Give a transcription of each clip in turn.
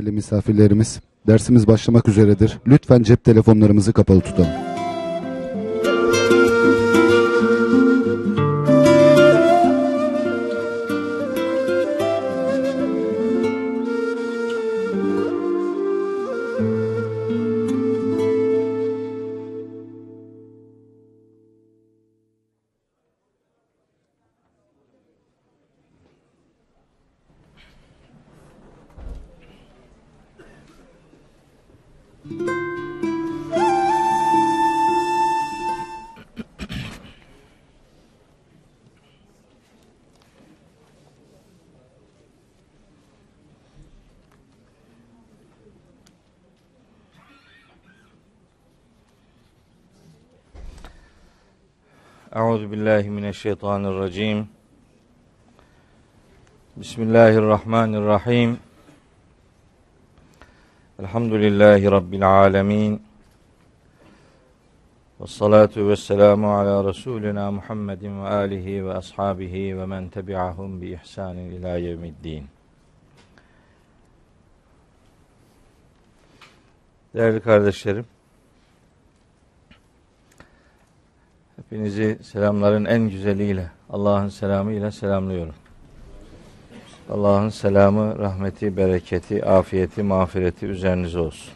Değerli misafirlerimiz, dersimiz başlamak üzeredir. Lütfen cep telefonlarımızı kapalı tutalım. Euzubillahimineşşeytanirracim. Bismillahirrahmanirrahim. Elhamdülillahi Rabbil alemin. Vessalatu vesselamu ala Resulina Muhammedin ve alihi ve ashabihi ve men tebi'ahum bi ihsanin ila yevmiddin. Değerli kardeşlerim, hepinizi selamların en güzeliyle, Allah'ın selamıyla selamlıyorum. Allah'ın selamı, rahmeti, bereketi, afiyeti, mağfireti üzerinize olsun.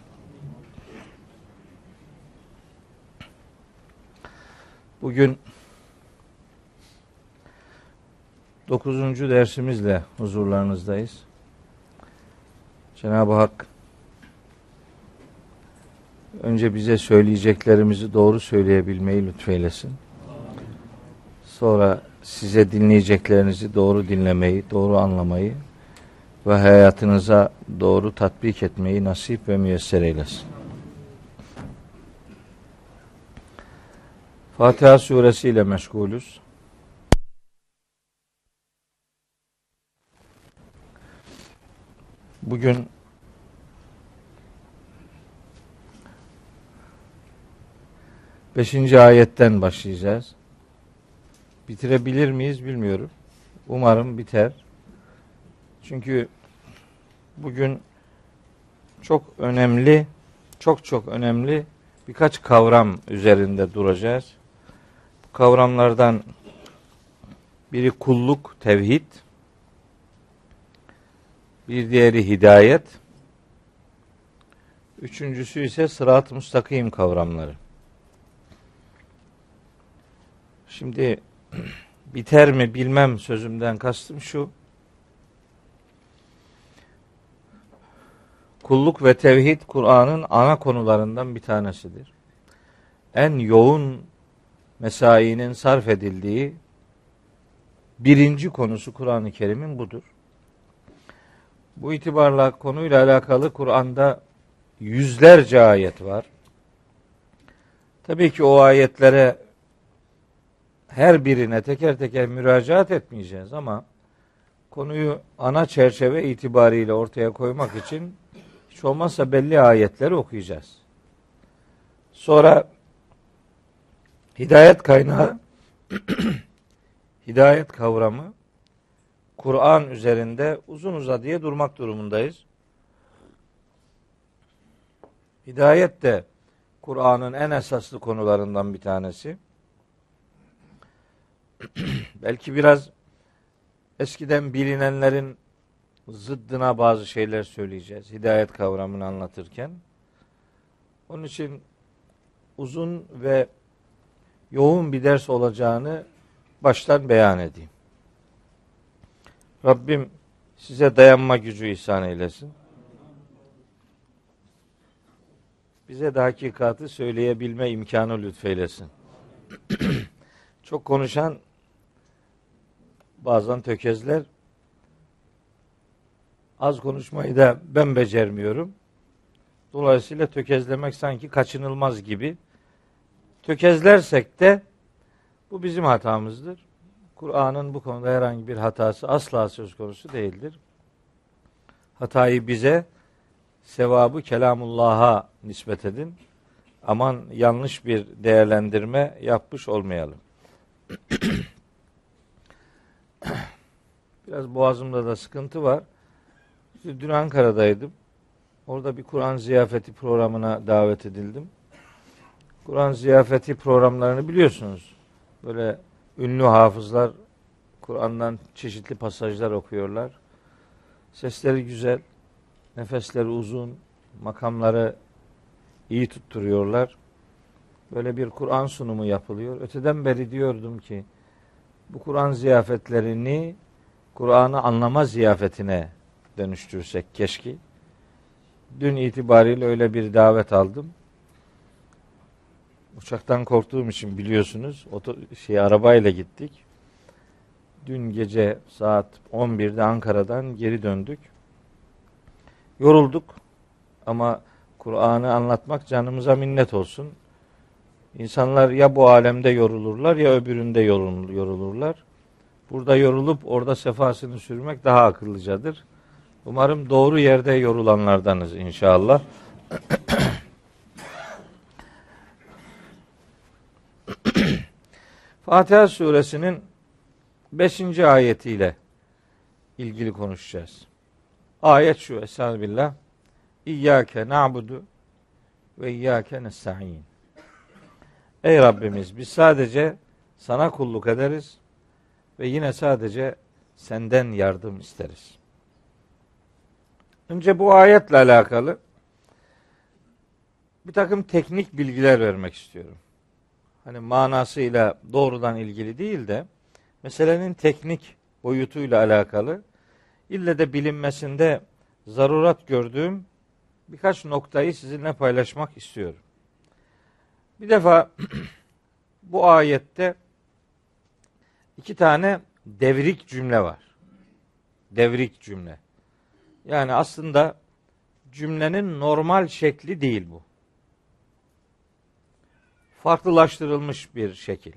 Bugün 9. dersimizle huzurlarınızdayız. Cenab-ı Hak önce bize söyleyeceklerimizi doğru söyleyebilmeyi lütfeylesin. Sonra size dinleyeceklerinizi doğru dinlemeyi, doğru anlamayı ve hayatınıza doğru tatbik etmeyi nasip ve müyesser eylesin. Fatiha Suresi ile meşgulüz. Bugün beşinci ayetten başlayacağız. Bitirebilir miyiz bilmiyorum. Umarım biter. Çünkü bugün çok önemli, çok önemli birkaç kavram üzerinde duracağız. Bu kavramlardan biri kulluk, tevhid, bir diğeri hidayet, üçüncüsü ise sırat-ı müstakim kavramları. Şimdi biter mi bilmem sözümden kastım şu: kulluk ve tevhid Kur'an'ın ana konularından bir tanesidir. En yoğun mesainin sarf edildiği birinci konusu Kur'an-ı Kerim'in budur. Bu itibarla konuyla alakalı Kur'an'da yüzlerce ayet var. Tabii ki o ayetlere her birine teker teker müracaat etmeyeceğiz ama konuyu ana çerçeve itibariyle ortaya koymak için hiç olmazsa belli ayetleri okuyacağız. Sonra hidayet kaynağı, hidayet kavramı, Kur'an üzerinde uzun uzadıya durmak durumundayız. Hidayet de Kur'an'ın en esaslı konularından bir tanesi. Belki biraz eskiden bilinenlerin zıddına bazı şeyler söyleyeceğiz hidayet kavramını anlatırken. Onun için uzun ve yoğun bir ders olacağını baştan beyan edeyim. Rabbim size dayanma gücü ihsan eylesin. Bize de hakikati söyleyebilme imkanı lütfeylesin. Çok konuşan bazen tökezler. Az konuşmayı da ben becermiyorum. Dolayısıyla tökezlemek sanki kaçınılmaz gibi. Tökezlersek de bu bizim hatamızdır. Kur'an'ın bu konuda herhangi bir hatası asla söz konusu değildir. Hatayı bize, sevabı kelamullah'a nispet edin. Aman yanlış bir değerlendirme yapmış olmayalım. Biraz boğazımda da sıkıntı var. Dün Ankara'daydım. Orada bir Kur'an ziyafeti programına davet edildim. Kur'an ziyafeti programlarını biliyorsunuz. Böyle ünlü hafızlar Kur'an'dan çeşitli pasajlar okuyorlar. Sesleri güzel, nefesleri uzun, makamları iyi tutturuyorlar. Böyle bir Kur'an sunumu yapılıyor. Öteden beri diyordum ki bu Kur'an ziyafetlerini Kur'an'ı anlama ziyafetine dönüştürsek keşke. Dün itibariyle öyle bir davet aldım. Uçaktan korktuğum için biliyorsunuz arabayla gittik. Dün gece saat 11'de Ankara'dan geri döndük. Yorulduk ama Kur'an'ı anlatmak canımıza minnet olsun. İnsanlar ya bu alemde yorulurlar ya öbüründe yorulurlar. Burada yorulup orada sefasını sürmek daha akıllıcadır. Umarım doğru yerde yorulanlardanız inşallah. Fatiha suresinin 5. ayetiyle ilgili konuşacağız. Ayet şu: Estağfirullah. İyyâke na'budu ve iyyâke nesta'in. Ey Rabbimiz, biz sadece sana kulluk ederiz ve yine sadece senden yardım isteriz. Önce bu ayetle alakalı bir takım teknik bilgiler vermek istiyorum. Hani manasıyla doğrudan ilgili değil de meselenin teknik boyutuyla alakalı ille de bilinmesinde zarurat gördüğüm birkaç noktayı sizinle paylaşmak istiyorum. Bir defa bu ayette 2 tane devrik cümle var. Devrik cümle. Yani aslında cümlenin normal şekli değil bu. Farklılaştırılmış bir şekil.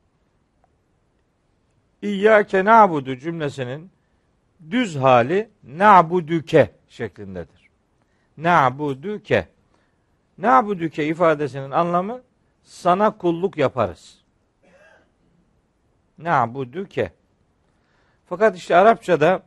İyyâke na'budu cümlesinin düz hali na'buduke şeklindedir. Na'buduke. Na'buduke ifadesinin anlamı sana kulluk yaparız. Na'buduke. Fakat işte Arapçada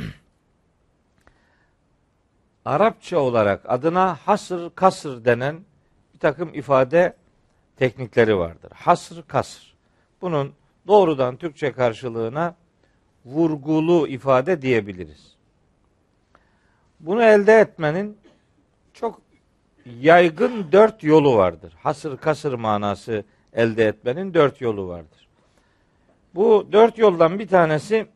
Arapça olarak adına hasır kasır denen bir takım ifade teknikleri vardır. Hasır kasır. Bunun doğrudan Türkçe karşılığına vurgulu ifade diyebiliriz. Bunu elde etmenin çok yaygın 4 yolu vardır. Hasır kasır manası elde etmenin 4 yolu vardır. Bu 4 yoldan bir tanesi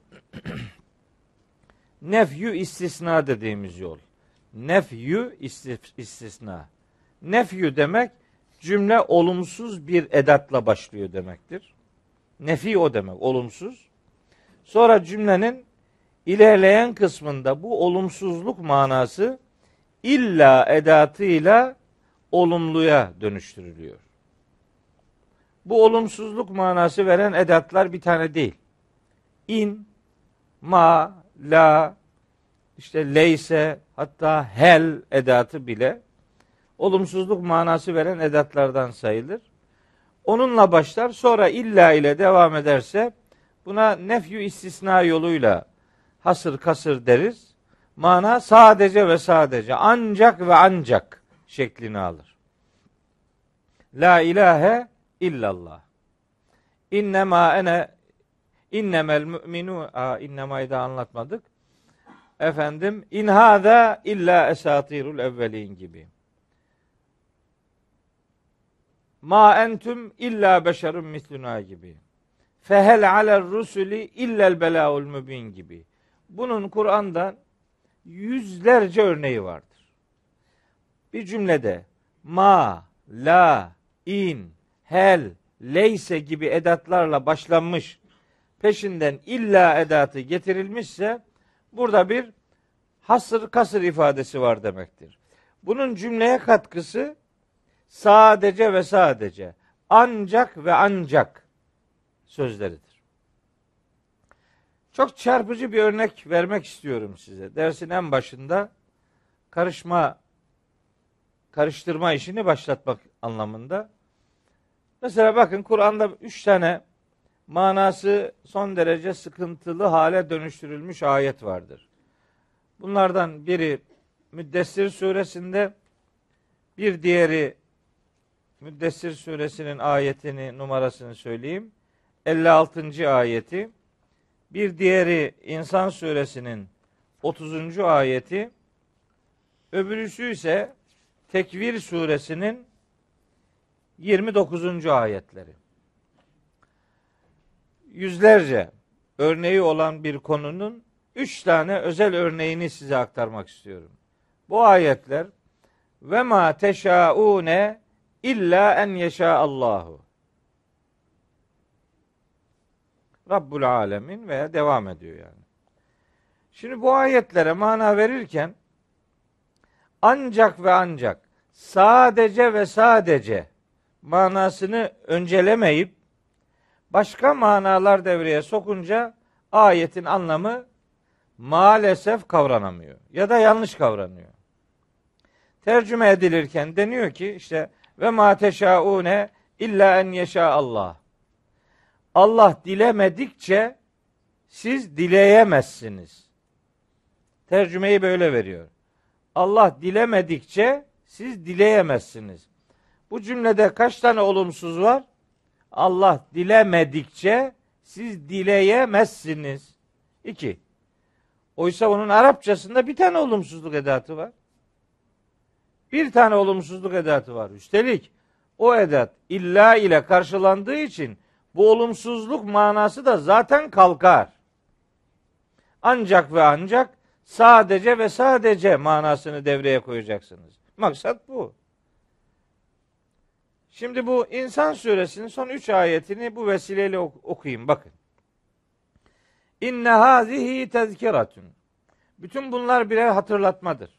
nefyü istisna dediğimiz yol. Nefyü istisna. Nefyü demek cümle olumsuz bir edatla başlıyor demektir. Nefi o demek, olumsuz. Sonra cümlenin ilerleyen kısmında bu olumsuzluk manası illa edatıyla olumluya dönüştürülüyor. Bu olumsuzluk manası veren edatlar bir tane değil. İn, ma, la, işte leyse, hatta hel edatı bile olumsuzluk manası veren edatlardan sayılır. Onunla başlar, sonra illa ile devam ederse buna nefyü istisna yoluyla hasır kasır deriz. Mana sadece ve sadece, ancak ve ancak şeklini alır. La ilahe illallah. İnnemel mü'minu, innemayı da anlatmadık. Efendim, in hâzâ illa esatirul evvelin gibi. Ma entüm illa beşerun misluna gibi. Fehel aler rusuli illel belâul mübin gibi. Bunun Kur'an'dan yüzlerce örneği vardır. Bir cümlede ma, la, in, hel, leyse gibi edatlarla başlanmış, peşinden illa edatı getirilmişse burada bir hasır kasır ifadesi var demektir. Bunun cümleye katkısı sadece ve sadece, ancak ve ancak sözleridir. Çok çarpıcı bir örnek vermek istiyorum size. Dersin en başında karıştırma işini başlatmak anlamında. Mesela bakın, Kur'an'da 3 tane manası son derece sıkıntılı hale dönüştürülmüş ayet vardır. Bunlardan biri Müddessir suresinde, bir diğeri Müddessir suresinin ayetini, numarasını söyleyeyim. 56. ayeti. Bir diğeri İnsan suresinin 30. ayeti. Öbürüsü ise Tekvir suresinin 29. ayetleri. Yüzlerce örneği olan bir konunun 3 tane özel örneğini size aktarmak istiyorum. Bu ayetler ve ma teşaune illa en yeşâ Allahu. Rabbul alemin veya devam ediyor yani. Şimdi bu ayetlere mana verirken ancak ve ancak, sadece ve sadece manasını öncelemeyip başka manalar devreye sokunca ayetin anlamı maalesef kavranamıyor ya da yanlış kavranıyor. Tercüme edilirken deniyor ki işte ve ma teşaune illa en yeşâ Allah. Allah dilemedikçe siz dileyemezsiniz. Tercümeyi böyle veriyor. Allah dilemedikçe siz dileyemezsiniz. Bu cümlede kaç tane olumsuz var? Allah dilemedikçe siz dileyemezsiniz. 2. Oysa onun Arapçasında bir tane olumsuzluk edatı var. Bir tane olumsuzluk edatı var. Üstelik o edat illa ile karşılandığı için bu olumsuzluk manası da zaten kalkar. Ancak ve ancak, sadece ve sadece manasını devreye koyacaksınız. Maksat bu. Şimdi bu İnsan suresinin son 3 ayetini bu vesileyle okuyayım. Bakın. İnne hazihi tezkiratun. Bütün bunlar birer hatırlatmadır.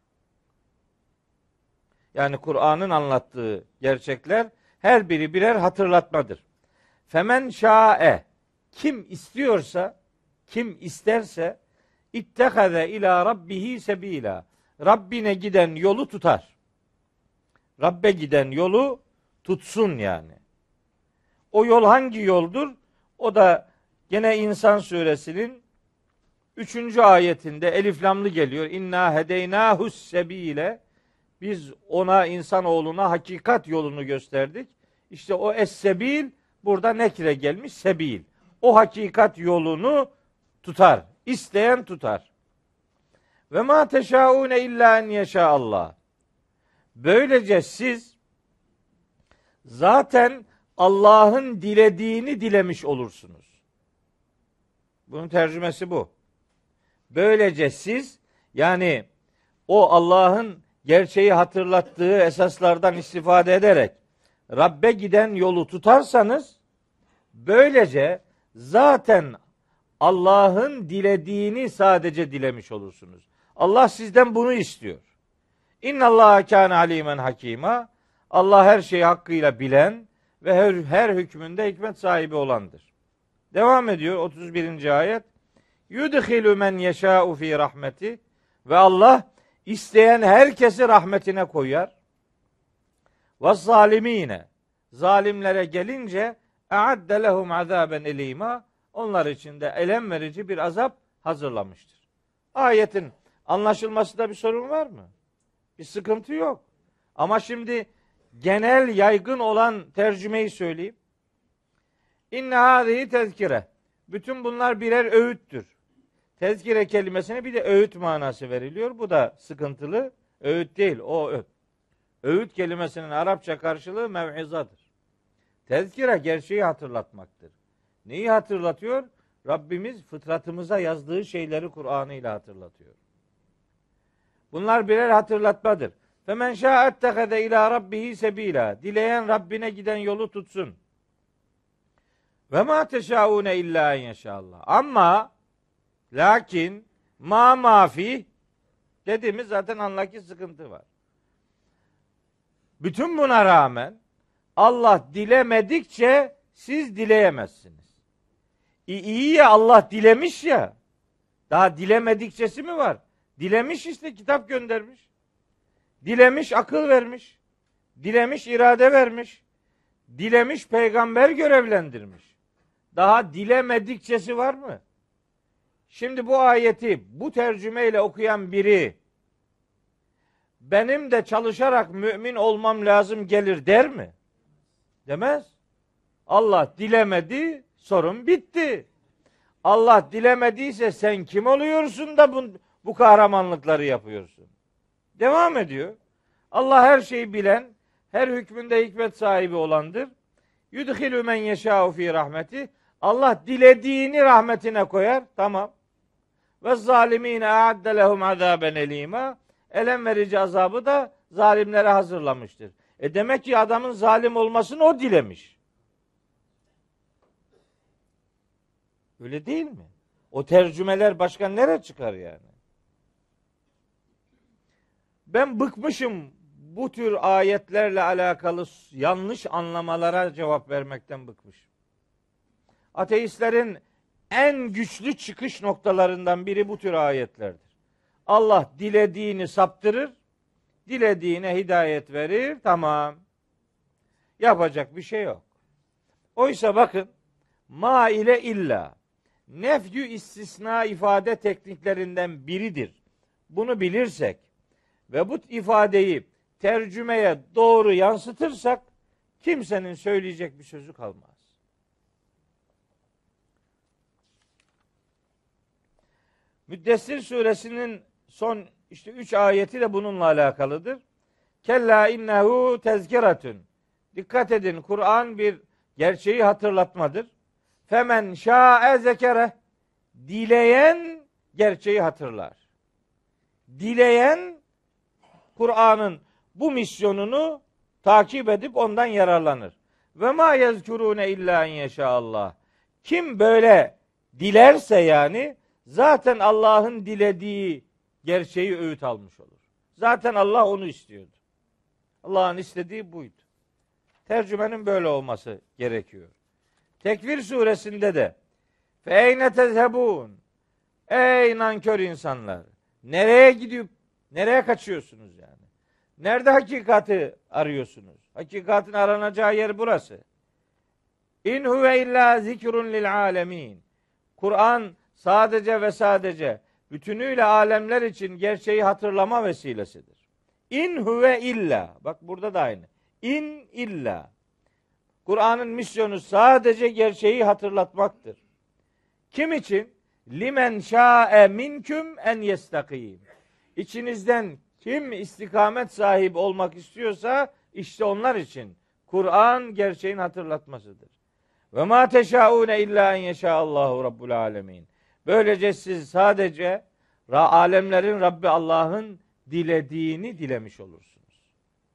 Yani Kur'an'ın anlattığı gerçekler her biri birer hatırlatmadır. Femen şa'e, kim istiyorsa, kim isterse İttehaze ila rabbihi sebila. Rabbine giden yolu tutar. Rabbe giden yolu tutsun yani. O yol hangi yoldur? O da gene İnsan suresinin 3. ayetinde elif lamlı geliyor. İnna hedeynâhus sebile. Biz ona, insanoğluna hakikat yolunu gösterdik. İşte o es-sebil burada nekre gelmiş, sebil. O hakikat yolunu tutar. İsteyen tutar. Ve ma teşaune illa en yeşâ Allah. Böylece siz zaten Allah'ın dilediğini dilemiş olursunuz. Bunun tercümesi bu. Böylece siz, yani o Allah'ın gerçeği hatırlattığı esaslardan istifade ederek Rabbe giden yolu tutarsanız, böylece zaten Allah'ın dilediğini sadece dilemiş olursunuz. Allah sizden bunu istiyor. İnnallâhe kâne alîmen hakîmâ. Allah her şeyi hakkıyla bilen ve her hükmünde hikmet sahibi olandır. Devam ediyor 31. ayet. Yudhilu men yeşâ'u fî rahmeti. Ve Allah isteyen herkesi rahmetine koyar. Ve zalimine. Zalimlere gelince e'adde lehum azâben elîmâ. Onlar için de elem verici bir azap hazırlamıştır. Ayetin anlaşılmasında bir sorun var mı? Bir sıkıntı yok. Ama şimdi genel yaygın olan tercümeyi söyleyeyim. İnne hâzihi tezkire. Bütün bunlar birer öğüttür. Tezkire kelimesine bir de öğüt manası veriliyor. Bu da sıkıntılı. Öğüt değil, o öğüt. Öğüt kelimesinin Arapça karşılığı mev'izadır. Tezkire gerçeği hatırlatmaktır. Neyi hatırlatıyor? Rabbimiz fıtratımıza yazdığı şeyleri Kur'an'ıyla hatırlatıyor. Bunlar birer hatırlatmadır. Femen şâ ettehede ilâ rabbihi sebîlâ. Dileyen Rabbine giden yolu tutsun. Ve mâ teşâûne illâ en yeşâllâh. Ama lakin mafi dediğimiz zaten anlaki sıkıntı var. Bütün buna rağmen Allah dilemedikçe siz dileyemezsiniz. İyi ya, Allah dilemiş ya. Daha dilemedikçesi mi var? Dilemiş işte, kitap göndermiş. Dilemiş akıl vermiş. Dilemiş irade vermiş. Dilemiş peygamber görevlendirmiş. Daha dilemedikçesi var mı? Şimdi bu ayeti bu tercümeyle okuyan biri benim de çalışarak mümin olmam lazım gelir der mi? Demez. Allah dilemedi, sorun bitti. Allah dilemediyse sen kim oluyorsun da bu kahramanlıkları yapıyorsun? Devam ediyor. Allah her şeyi bilen, her hükmünde hikmet sahibi olandır. Yudhilü men yeşâ'u fî rahmeti. Allah dilediğini rahmetine koyar. Tamam. Ve zalimîne a'adde lehum azâben elîmâ. Elem verici azabı da zalimlere hazırlamıştır. Demek ki adamın zalim olmasını o dilemiş. Öyle değil mi? O tercümeler başka nereye çıkar yani? Ben bıkmışım bu tür ayetlerle alakalı yanlış anlamalara cevap vermekten bıkmışım. Ateistlerin en güçlü çıkış noktalarından biri bu tür ayetlerdir. Allah dilediğini saptırır, dilediğine hidayet verir, tamam. Yapacak bir şey yok. Oysa bakın, ma ile illa nefyü istisna ifade tekniklerinden biridir. Bunu bilirsek ve bu ifadeyi tercümeye doğru yansıtırsak kimsenin söyleyecek bir sözü kalmaz. Müddessir suresinin son 3 ayeti de bununla alakalıdır. Kella innehu tezkiratun. Dikkat edin, Kur'an bir gerçeği hatırlatmadır. Femen şa'e zekere. Dileyen gerçeği hatırlar. Dileyen Kur'an'ın bu misyonunu takip edip ondan yararlanır. Ve ma yezkurune illa en yeşaallah. Kim böyle dilerse yani zaten Allah'ın dilediği gerçeği öğüt almış olur. Zaten Allah onu istiyordu. Allah'ın istediği buydu. Tercümenin böyle olması gerekiyor. Tekvir suresinde de fe eyne tezhebun. Ey nankör insanlar. Nereye gidip nereye kaçıyorsunuz yani? Nerede hakikati arıyorsunuz? Hakikatin aranacağı yer burası. İn huve illa zikrun lil alemin. Kur'an sadece ve sadece bütünüyle alemler için gerçeği hatırlama vesilesidir. İn huve illa. Bak burada da aynı. İn illa. Kur'an'ın misyonu sadece gerçeği hatırlatmaktır. Kim için? Limen şa'e minküm en yestakim. İçinizden kim istikamet sahibi olmak istiyorsa işte onlar için Kur'an gerçeğin hatırlatmasıdır. Ve ma teşaune illa en yeşâallahu rabbul alemin. Böylece siz sadece alemlerin Rabbi Allah'ın dilediğini dilemiş olursunuz.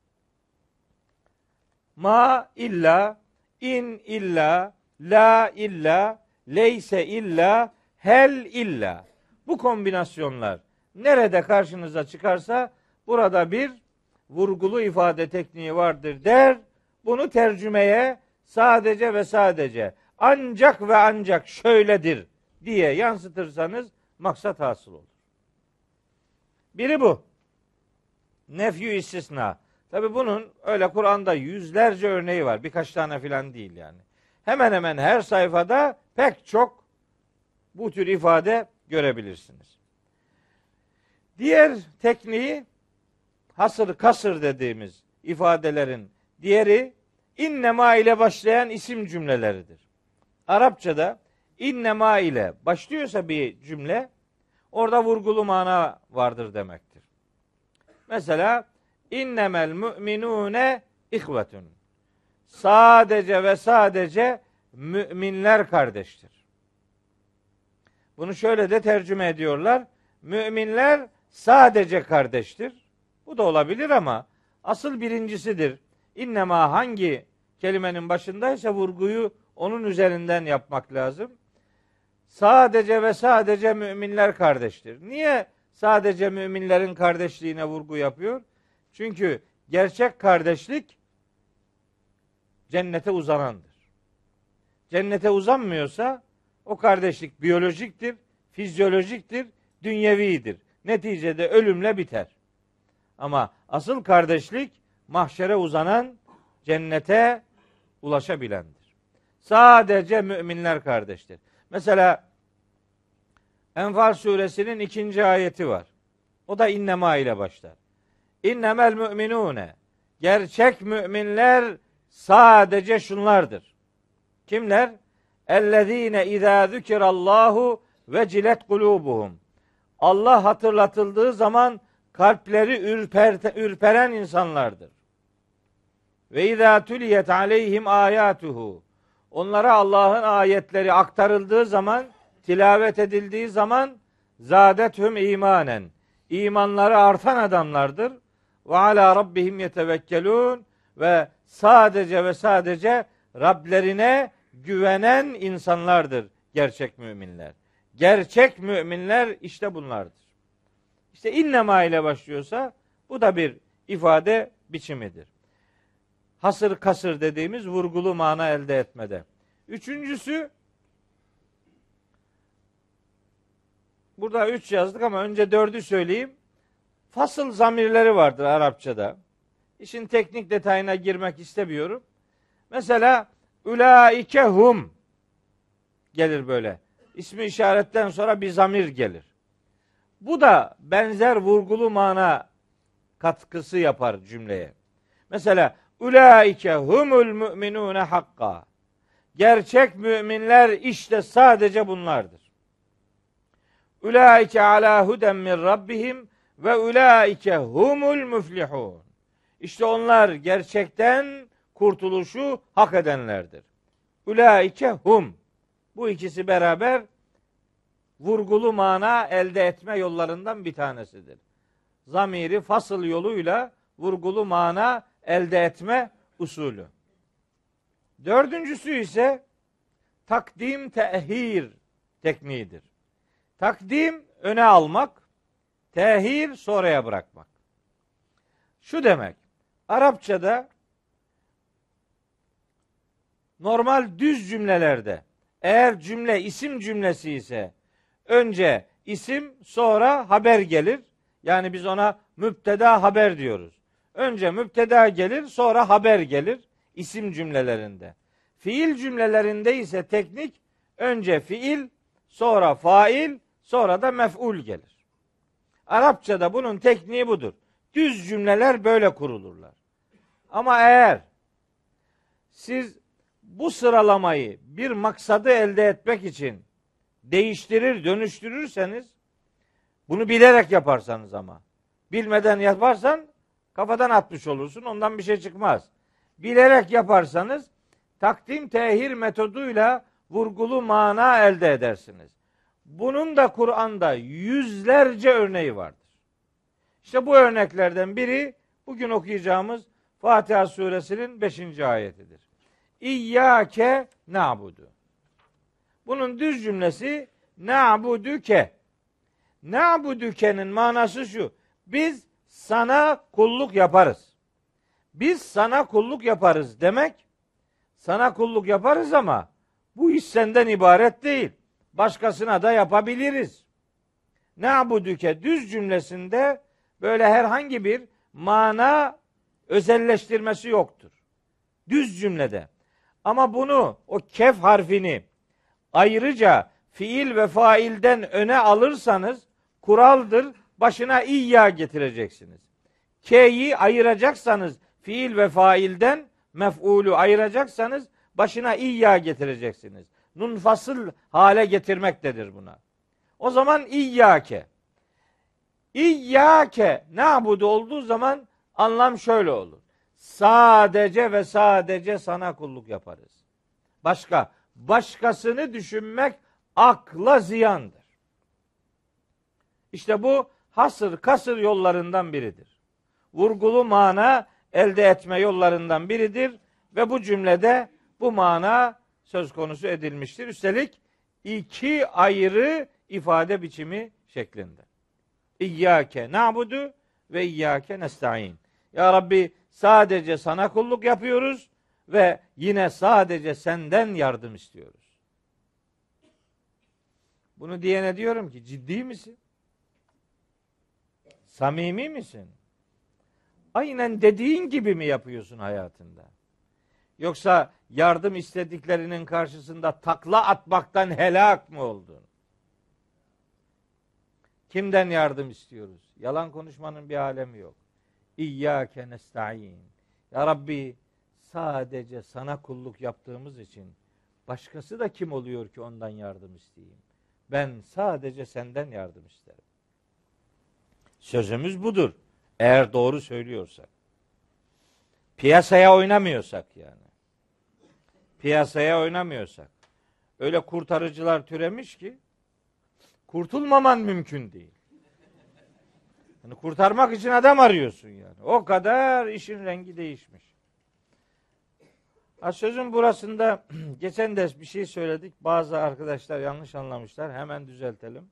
Ma illa, in illa, la illa, leyse illa, hel illa. Bu kombinasyonlar nerede karşınıza çıkarsa burada bir vurgulu ifade tekniği vardır der. Bunu tercümeye sadece ve sadece ancak ve ancak şöyledir diye yansıtırsanız maksat hasıl olur. Biri bu. Nefyü istisna. Tabi bunun öyle Kur'an'da yüzlerce örneği var. Birkaç tane filan değil yani. Hemen hemen her sayfada pek çok bu tür ifade görebilirsiniz. Diğer tekniği hasır kasır dediğimiz ifadelerin diğeri innema ile başlayan isim cümleleridir. Arapçada innema ile başlıyorsa bir cümle orada vurgulu mana vardır demektir. Mesela innemel müminune ihvetun. Sadece ve sadece müminler kardeştir. Bunu şöyle de tercüme ediyorlar. Müminler sadece kardeştir. Bu da olabilir ama asıl birincisidir. İnnema hangi kelimenin başındaysa vurguyu onun üzerinden yapmak lazım. Sadece ve sadece müminler kardeştir. Niye sadece müminlerin kardeşliğine vurgu yapıyor? Çünkü gerçek kardeşlik cennete uzanandır. Cennete uzanmıyorsa o kardeşlik biyolojiktir, fizyolojiktir, dünyevidir. Neticede ölümle biter. Ama asıl kardeşlik mahşere uzanan, cennete ulaşabilendir. Sadece müminler kardeştir. Mesela Enfal suresinin 2. ayeti var. O da innema ile başlar. İnnemel müminune. Gerçek müminler sadece şunlardır. Kimler? Ellezine izâ zükirallahu vecilet kulubuhum. Allah hatırlatıldığı zaman kalpleri ürperen insanlardır. Ve izâ tuliyet aleyhim âyâtuhu. Onlara Allah'ın ayetleri aktarıldığı zaman, tilavet edildiği zaman zâdethum imanen. İmanları artan adamlardır. Ve alâ rabbihim yetevekkelûn. Ve sadece Rablerine güvenen insanlardır gerçek müminler. Gerçek müminler işte bunlardır. İşte innema ile başlıyorsa bu da bir ifade biçimidir. Hasır kasır dediğimiz vurgulu mana elde etmede. Üçüncüsü, burada 3 yazdık ama önce 4'ü söyleyeyim. Fasıl zamirleri vardır Arapçada. İşin teknik detayına girmek istemiyorum. Mesela ulaike hum gelir böyle. İsmi işaretten sonra bir zamir gelir. Bu da benzer vurgulu mana katkısı yapar cümleye. Mesela ulaike humul mu'minune hakka. Gerçek müminler işte sadece bunlardır. Ulaike ala huden min rabbihim ve ulaike humul muflihun. İşte onlar gerçekten kurtuluşu hak edenlerdir. Ulaike hum. Bu ikisi beraber vurgulu mana elde etme yollarından bir tanesidir. Zamiri fasıl yoluyla vurgulu mana elde etme usulü. Dördüncüsü ise takdim tehir tekniğidir. Takdim öne almak, tehir sonraya bırakmak. Şu demek, Arapçada normal düz cümlelerde eğer cümle isim cümlesi ise önce isim sonra haber gelir. Yani biz ona müpteda haber diyoruz. Önce müpteda gelir sonra haber gelir isim cümlelerinde. Fiil cümlelerinde ise teknik önce fiil sonra fail sonra da mef'ul gelir. Arapçada bunun tekniği budur. Düz cümleler böyle kurulurlar. Ama eğer siz bu sıralamayı bir maksadı elde etmek için değiştirir, dönüştürürseniz, bunu bilerek yaparsanız ama, bilmeden yaparsan kafadan atmış olursun, ondan bir şey çıkmaz. Bilerek yaparsanız takdim tehir metoduyla vurgulu mana elde edersiniz. Bunun da Kur'an'da yüzlerce örneği vardır. İşte bu örneklerden biri bugün okuyacağımız Fatiha suresinin 5. ayetidir. İyyâke na'budu. Bunun düz cümlesi na'buduke. Na'buduke'nin manası şu. Biz sana kulluk yaparız. Biz sana kulluk yaparız demek, sana kulluk yaparız ama bu iş senden ibaret değil. Başkasına da yapabiliriz. Na'buduke düz cümlesinde böyle herhangi bir mana özelleştirmesi yoktur. Düz cümlede. Ama bunu, o kef harfini ayrıca fiil ve failden öne alırsanız kuraldır, başına iyya getireceksiniz. K'yi ayıracaksanız fiil ve failden, mef'ulü ayıracaksanız başına iyya getireceksiniz. Munfasıl hale getirmektedir buna. O zaman iyyake. İyyake na'budu olduğu zaman anlam şöyle olur. Sadece ve sadece sana kulluk yaparız. Başkasını düşünmek akla ziyandır. İşte bu hasır kasır yollarından biridir. Vurgulu mana elde etme yollarından biridir ve bu cümlede bu mana söz konusu edilmiştir. Üstelik iki ayrı ifade biçimi şeklinde. İyyâke na'budu ve iyyâke nesta'in. Ya Rabbi sadece sana kulluk yapıyoruz ve yine sadece senden yardım istiyoruz. Bunu diyene diyorum ki ciddi misin? Samimi misin? Aynen dediğin gibi mi yapıyorsun hayatında? Yoksa yardım istediklerinin karşısında takla atmaktan helak mı oldun? Kimden yardım istiyoruz? Yalan konuşmanın bir alemi yok. İyyâke nesta'in. Ya Rabbi, sadece sana kulluk yaptığımız için başkası da kim oluyor ki ondan yardım isteyeyim? Ben sadece senden yardım isterim. Sözümüz budur. Eğer doğru söylüyorsak. Piyasaya oynamıyorsak yani. Piyasaya oynamıyorsak. Öyle kurtarıcılar türemiş ki kurtulmaman mümkün değil. Yani kurtarmak için adam arıyorsun yani. O kadar işin rengi değişmiş. Sözün burasında geçen ders bir şey söyledik. Bazı arkadaşlar yanlış anlamışlar. Hemen düzeltelim.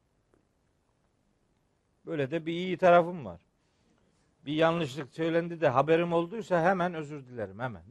Böyle de bir iyi tarafım var. Bir yanlışlık söylendi de haberim olduysa hemen özür dilerim. Hemen.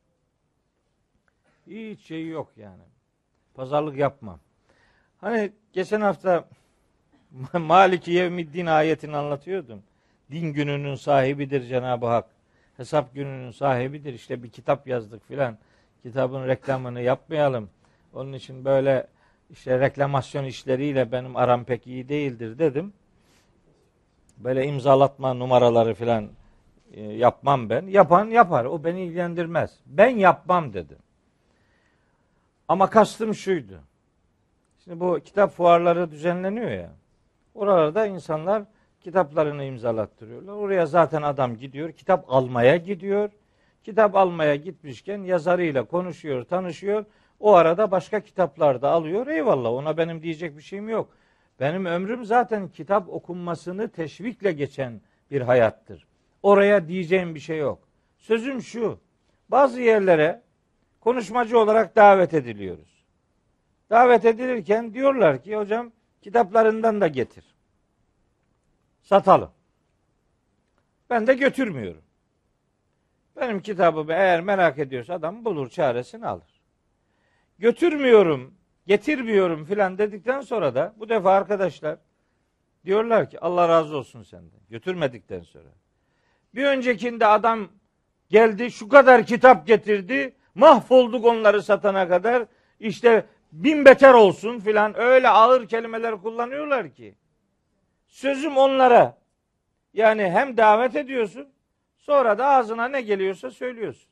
Hiç şeyi yok yani. Pazarlık yapmam. Hani geçen hafta Maliki Yevmiddin ayetini anlatıyordum. Din gününün sahibidir Cenab-ı Hak. Hesap gününün sahibidir. İşte bir kitap yazdık filan. Kitabın reklamını yapmayalım. Onun için böyle işte reklamasyon işleriyle benim aram pek iyi değildir dedim. Böyle imzalatma numaraları filan yapmam ben. Yapan yapar. O beni ilgilendirmez. Ben yapmam dedim. Ama kastım şuydu. Şimdi bu kitap fuarları düzenleniyor ya. Oralarda insanlar kitaplarını imzalattırıyorlar. Oraya zaten adam gidiyor. Kitap almaya gidiyor. Kitap almaya gitmişken yazarıyla konuşuyor, tanışıyor. O arada başka kitaplar da alıyor. Eyvallah, ona benim diyecek bir şeyim yok. Benim ömrüm zaten kitap okunmasını teşvikle geçen bir hayattır. Oraya diyeceğim bir şey yok. Sözüm şu. Bazı yerlere konuşmacı olarak davet ediliyoruz. Davet edilirken diyorlar ki hocam kitaplarından da getir. Satalım. Ben de götürmüyorum. Benim kitabımı eğer merak ediyorsa adam bulur çaresini alır. Götürmüyorum, getirmiyorum filan dedikten sonra da bu defa arkadaşlar diyorlar ki Allah razı olsun senden. Götürmedikten sonra. Bir öncekinde adam geldi şu kadar kitap getirdi. Mahvolduk onları satana kadar. İşte bin beter olsun filan öyle ağır kelimeler kullanıyorlar ki. Sözüm onlara. Yani hem davet ediyorsun sonra da ağzına ne geliyorsa söylüyorsun.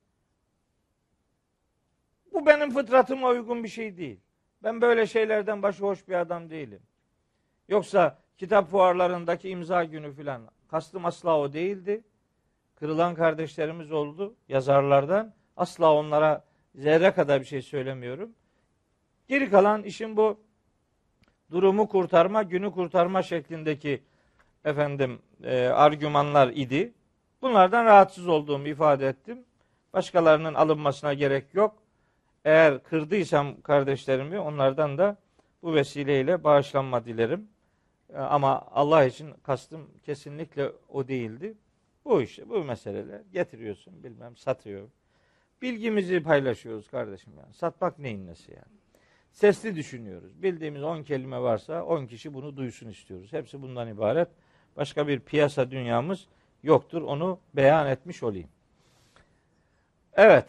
Bu benim fıtratıma uygun bir şey değil. Ben böyle şeylerden başıboş bir adam değilim. Yoksa kitap fuarlarındaki imza günü filan kastım asla o değildi. Kırılan kardeşlerimiz oldu yazarlardan. Asla onlara zerre kadar bir şey söylemiyorum. Geri kalan işin bu durumu kurtarma, günü kurtarma şeklindeki argümanlar idi. Bunlardan rahatsız olduğumu ifade ettim. Başkalarının alınmasına gerek yok. Eğer kırdıysam kardeşlerimi onlardan da bu vesileyle bağışlanma dilerim. Ama Allah için kastım kesinlikle o değildi. Bu işte bu meseleler getiriyorsun bilmem satıyor. Bilgimizi paylaşıyoruz kardeşim yani. Satmak neyin nesi yani. Sesli düşünüyoruz. Bildiğimiz 10 kelime varsa 10 kişi bunu duysun istiyoruz. Hepsi bundan ibaret. Başka bir piyasa dünyamız yoktur. Onu beyan etmiş olayım. Evet.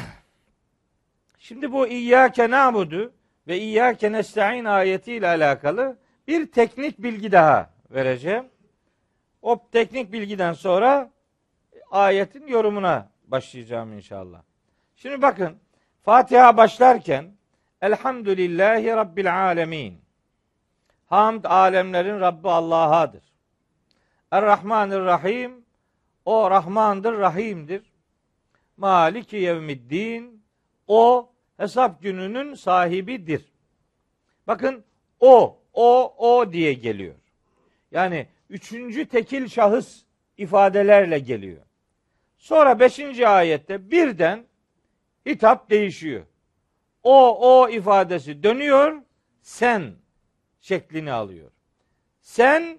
Şimdi bu İyyâke na'budu ve İyyâke nesta'in ayetiyle alakalı bir teknik bilgi daha vereceğim. O teknik bilgiden sonra ayetin yorumuna başlayacağım inşallah. Şimdi bakın Fatiha başlarken Elhamdülillahi Rabbil alemin. Hamd alemlerin Rabbi Allah'adır. Errahmanirrahim. O Rahmandır, Rahim'dir. Maliki yevmiddin. O hesap gününün sahibidir. Bakın o diye geliyor. Yani üçüncü tekil şahıs ifadelerle geliyor. Sonra 5. ayette birden hitap değişiyor. O ifadesi dönüyor, sen şeklini alıyor. Sen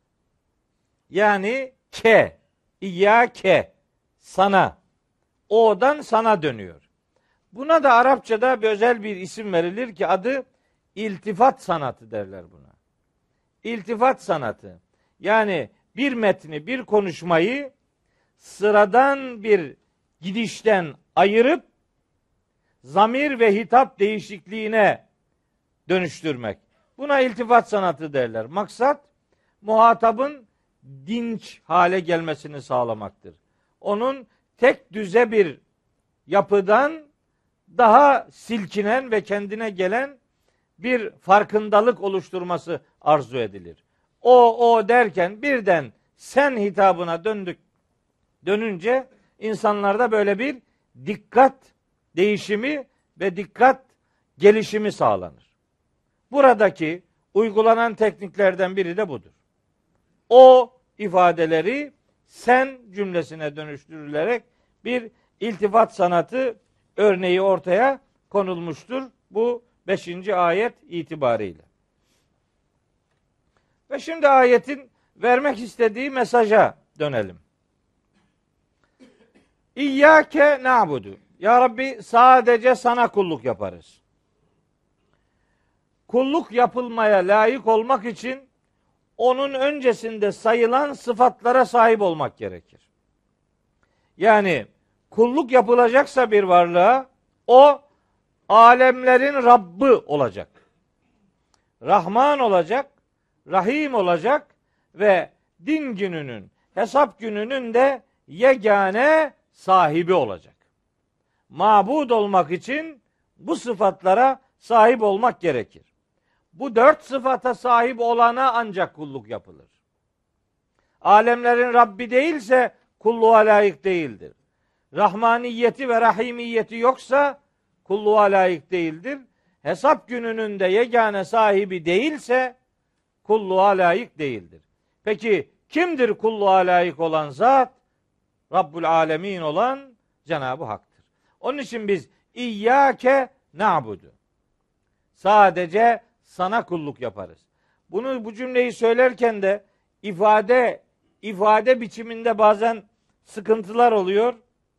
yani İyyâke, sana. O'dan sana dönüyor. Buna da Arapçada bir özel bir isim verilir ki adı iltifat sanatı derler buna. İltifat sanatı. Yani bir metni, bir konuşmayı sıradan bir gidişten ayırıp zamir ve hitap değişikliğine dönüştürmek. Buna iltifat sanatı derler. Maksat muhatabın dinç hale gelmesini sağlamaktır. Onun tek düze bir yapıdan daha silkinen ve kendine gelen bir farkındalık oluşturması arzu edilir. O derken birden sen hitabına dönünce insanlarda böyle bir dikkat değişimi ve dikkat gelişimi sağlanır. Buradaki uygulanan tekniklerden biri de budur. O ifadeleri sen cümlesine dönüştürülerek bir iltifat sanatı örneği ortaya konulmuştur. Bu 5. ayet itibariyle. Ve şimdi ayetin vermek istediği mesaja dönelim. İyyâke na'budu. Ya Rabbi sadece sana kulluk yaparız. Kulluk yapılmaya layık olmak için onun öncesinde sayılan sıfatlara sahip olmak gerekir. Yani kulluk yapılacaksa bir varlığa o alemlerin Rabbi olacak. Rahman olacak, Rahim olacak ve din gününün, hesap gününün de yegane sahibi olacak. Mabud olmak için bu sıfatlara sahip olmak gerekir. Bu 4 sıfata sahip olana ancak kulluk yapılır. Alemlerin Rabbi değilse kulluğa layık değildir. Rahmaniyeti ve rahimiyeti yoksa kulluğa layık değildir. Hesap gününün de yegane sahibi değilse kulluğa layık değildir. Peki kimdir kulluğa layık olan zat? Rabbul Alemin olan Cenab-ı Hak'tır. Onun için biz İyyâke na'budu. Sadece sana kulluk yaparız. Bu cümleyi söylerken de ifade biçiminde bazen sıkıntılar oluyor.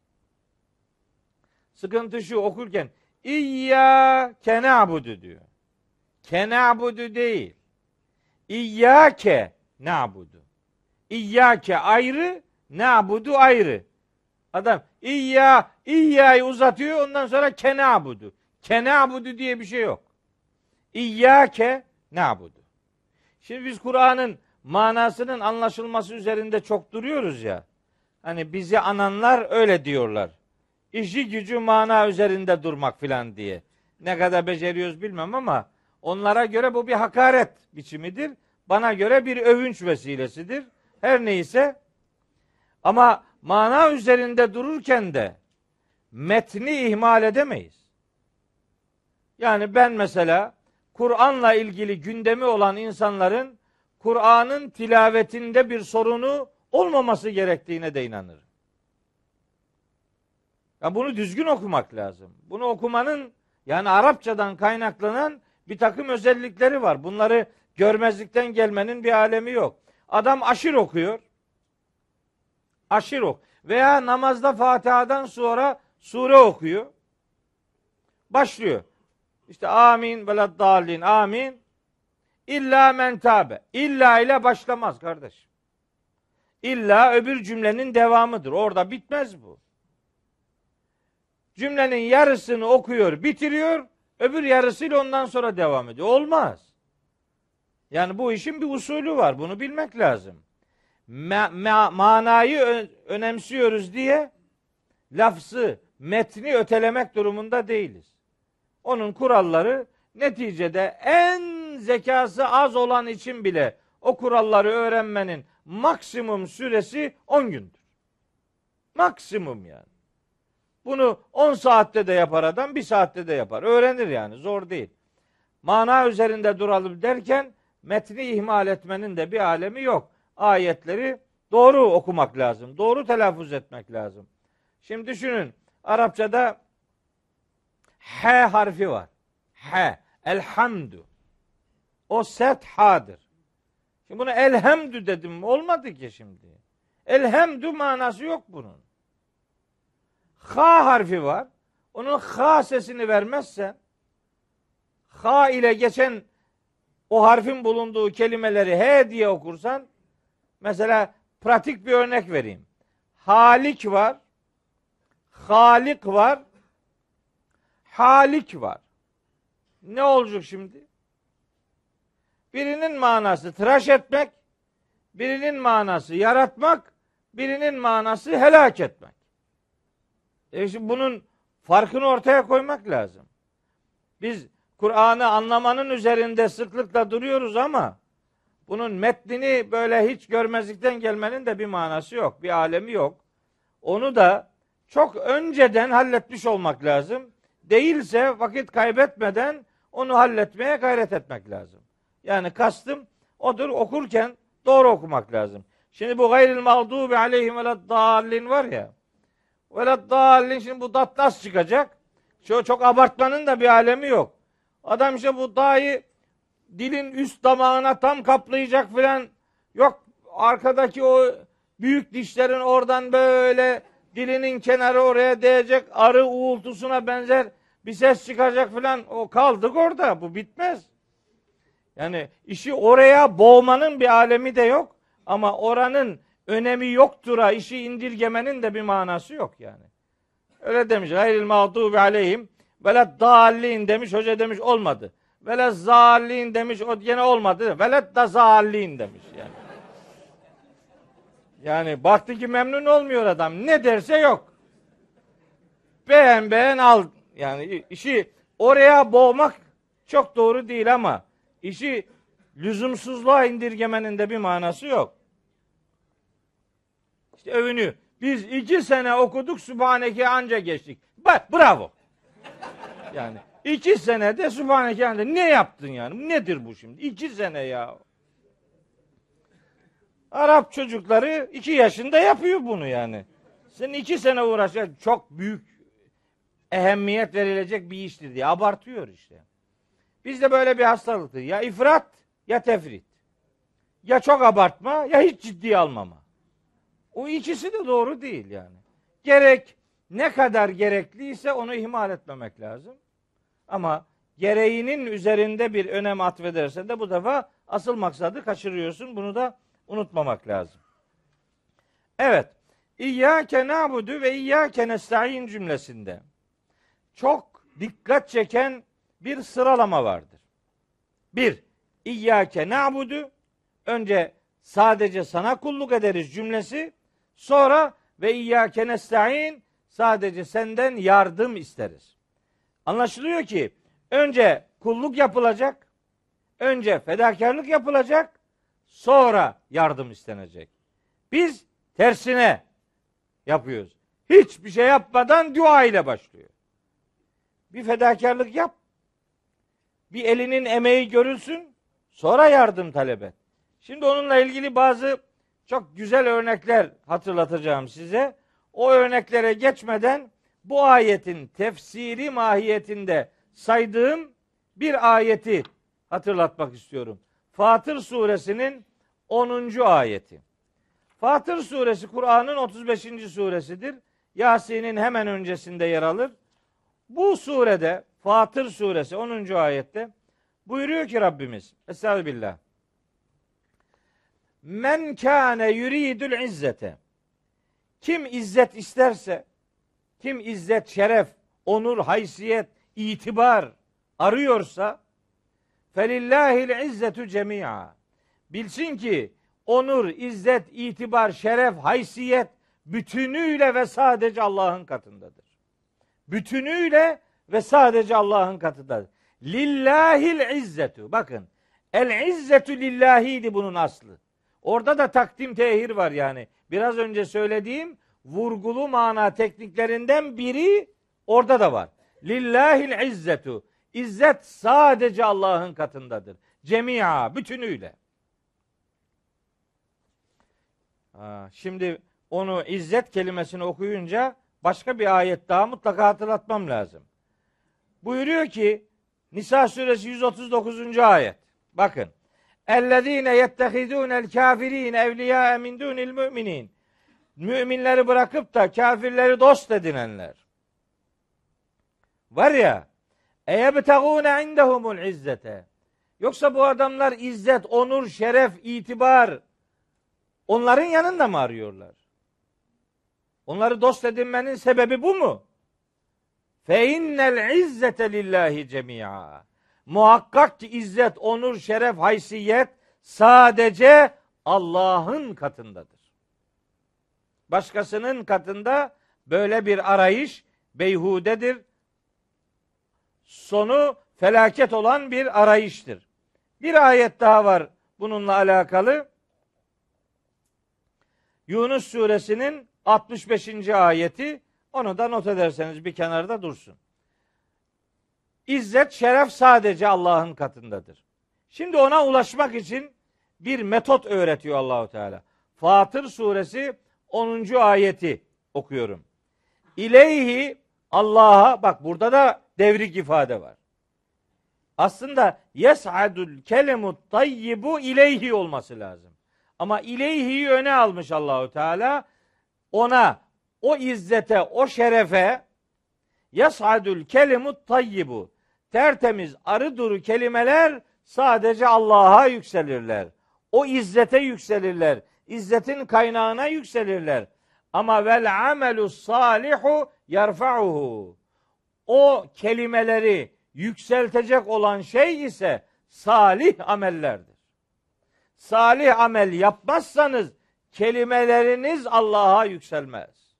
Sıkıntı şu, okurken İyyâke na'budu diyor. Kena'budu değil. İyyâke na'budu. İyyâke ayrı, na'budu ayrı. Adam İyyâ'yı uzatıyor, ondan sonra kena'budu. Kena'budu diye bir şey yok. İyyâke na'budu. Şimdi biz Kur'an'ın manasının anlaşılması üzerinde çok duruyoruz ya. Hani bizi ananlar öyle diyorlar. İşi gücü mana üzerinde durmak filan diye. Ne kadar beceriyoruz bilmem ama onlara göre bu bir hakaret biçimidir. Bana göre bir övünç vesilesidir. Her neyse. Ama mana üzerinde dururken de metni ihmal edemeyiz. Yani ben mesela Kur'an'la ilgili gündemi olan insanların Kur'an'ın tilavetinde bir sorunu olmaması gerektiğine de inanırım. Ya bunu düzgün okumak lazım. Bunu okumanın yani Arapçadan kaynaklanan bir takım özellikleri var. Bunları görmezlikten gelmenin bir alemi yok. Adam aşır okuyor. Aşır ok. Veya namazda Fatiha'dan sonra sure okuyor. Başlıyor. İşte amin veleddallin amin. İlla men tabe. İlla ile başlamaz kardeşim. İlla öbür cümlenin devamıdır. Orada bitmez bu. Cümlenin yarısını okuyor, bitiriyor. Öbür yarısıyla ondan sonra devam ediyor. Olmaz. Yani bu işin bir usulü var. Bunu bilmek lazım. Manayı önemsiyoruz diye lafzı, metni ötelemek durumunda değiliz. Onun kuralları neticede en zekası az olan için bile o kuralları öğrenmenin maksimum süresi 10 gündür. Maksimum yani. Bunu 10 saatte de yapar adam, 1 saatte de yapar. Öğrenir yani, zor değil. Mana üzerinde duralım derken metni ihmal etmenin de bir alemi yok. Ayetleri doğru okumak lazım. Doğru telaffuz etmek lazım. Şimdi düşünün, Arapçada H harfi var. H. Elhamdü. O sert ha'dır. Şimdi bunu elhamdü dedim. Olmadı ki şimdi. Elhamdü manası yok bunun. Ha harfi var. Onun ha sesini vermezsen, ha ile geçen o harfin bulunduğu kelimeleri he diye okursan, mesela pratik bir örnek vereyim. Halik var. Halik var. Halik var. Ne olacak şimdi? Birinin manası tıraş etmek, birinin manası yaratmak, birinin manası helak etmek. Şimdi bunun farkını ortaya koymak lazım. Biz Kur'an'ı anlamanın üzerinde sıklıkla duruyoruz ama bunun metnini böyle hiç görmezlikten gelmenin de bir manası yok, bir alemi yok. Onu da çok önceden halletmiş olmak lazım. Değilse vakit kaybetmeden onu halletmeye gayret etmek lazım. Yani kastım odur, okurken doğru okumak lazım. Şimdi bu gayril mağdubi aleyhim veleddallin var ya. Veleddallin, şimdi bu dattas çıkacak. Çok abartmanın da bir alemi yok. Adam işte bu dahi dilin üst damağına tam kaplayacak filan. Yok, arkadaki o büyük dişlerin oradan böyle dilinin kenarı oraya değecek, arı uğultusuna benzer bir ses çıkacak filan. O kaldık orada. Bu bitmez. Yani işi oraya boğmanın bir alemi de yok. Ama oranın önemi yoktura işi indirgemenin de bir manası yok yani. Öyle demiş. Gayril mağdubi aleyhim veleddallin demiş. Hoca demiş olmadı. Velezzallin demiş. O yine olmadı. Veleddazallin demiş yani. Yani baktı ki memnun olmuyor adam. Ne derse yok. Beğen al. Yani işi oraya boğmak çok doğru değil ama işi lüzumsuzluğa indirgemenin de bir manası yok. İşte övünüyor. Biz 2 sene okuduk, Sübhaneke anca geçtik. Bak bravo. Yani 2 senede Sübhaneke anca. Ne yaptın yani? Nedir bu şimdi? 2 sene ya. Arap çocukları 2 yaşında yapıyor bunu yani. Sen 2 sene uğraşacaksın. Çok büyük ehemmiyet verilecek bir iştir diye abartıyor işte. Bizde böyle bir hastalıktır. Ya ifrat ya tefrit. Ya çok abartma ya hiç ciddiye almama. O ikisi de doğru değil yani. Gerek ne kadar gerekliyse onu ihmal etmemek lazım. Ama gereğinin üzerinde bir önem atfedersen de bu defa asıl maksadı kaçırıyorsun. Bunu da unutmamak lazım. Evet. İyyâke na'budu ve iyyâke nesta'in cümlesinde çok dikkat çeken bir sıralama vardır. 1. İyyâke na'budu, önce sadece sana kulluk ederiz cümlesi, sonra ve iyyâke nesta'in, sadece senden yardım isteriz. Anlaşılıyor ki önce kulluk yapılacak, önce fedakarlık yapılacak, sonra yardım istenecek. Biz tersine yapıyoruz. Hiçbir şey yapmadan dua ile başlıyor. Bir fedakarlık yap, bir elinin emeği görülsün, sonra yardım talep et. Şimdi onunla ilgili bazı çok güzel örnekler hatırlatacağım size. O örneklere geçmeden bu ayetin tefsiri mahiyetinde saydığım bir ayeti hatırlatmak istiyorum. Fatır suresinin 10. ayeti. Fatır suresi Kur'an'ın 35. suresidir. Yasin'in hemen öncesinde yer alır. Bu surede Fatır suresi 10. ayette buyuruyor ki Rabbimiz Estağfirullah. Men kâne yuridul izzete. Kim izzet isterse, kim izzet, şeref, onur, haysiyet, itibar arıyorsa felillahil izzetu cemi'a. Bilsin ki onur, izzet, itibar, şeref, haysiyet bütünüyle ve sadece Allah'ın katındadır. Bütünüyle ve sadece Allah'ın katındadır. Lillahil izzetu. Bakın. El izzetu lillahiydi bunun aslı. Orada da takdim tehir var yani. Biraz önce söylediğim vurgulu mana tekniklerinden biri orada da var. Lillahil izzetu. İzzet sadece Allah'ın katındadır. Cemia, bütünüyle. Şimdi onu izzet kelimesini okuyunca başka bir ayet daha mutlaka hatırlatmam lazım. Buyuruyor ki Nisa suresi 139. ayet. Bakın. Ellezine yettehidûnel kâfirîne evliyâe min dûnil mü'minîn. Müminleri bırakıp da kafirleri dost edinenler. Var ya, eyebtegûne indehumul izzete. Yoksa bu adamlar izzet, onur, şeref, itibar onların yanında mı arıyorlar? Onları dost edinmenin sebebi bu mu? Fe innel izzete lillahi cemi'a. Muhakkak ki izzet, onur, şeref, haysiyet sadece Allah'ın katındadır. Başkasının katında böyle bir arayış beyhudedir. Sonu felaket olan bir arayıştır. Bir ayet daha var bununla alakalı. Yunus suresinin 65. ayeti. Onu da not ederseniz bir kenarda dursun. İzzet, şeref sadece Allah'ın katındadır. Şimdi ona ulaşmak için bir metot öğretiyor Allahu Teala. Fatır suresi 10. ayeti okuyorum. İleyhi, Allah'a, bak burada da devrik ifade var. Aslında yes'adul kelimut tayyibu ileyhi olması lazım. Ama ileyhi'yi öne almış Allahu Teala. Ona, o izzete, o şerefe yes'adul kelimut tayyibu, tertemiz arı duru kelimeler sadece Allah'a yükselirler. O izzete yükselirler. İzzetin kaynağına yükselirler. Ama vel amelu salihu yerfa'uhu. O kelimeleri yükseltecek olan şey ise salih amellerdir. Salih amel yapmazsanız kelimeleriniz Allah'a yükselmez.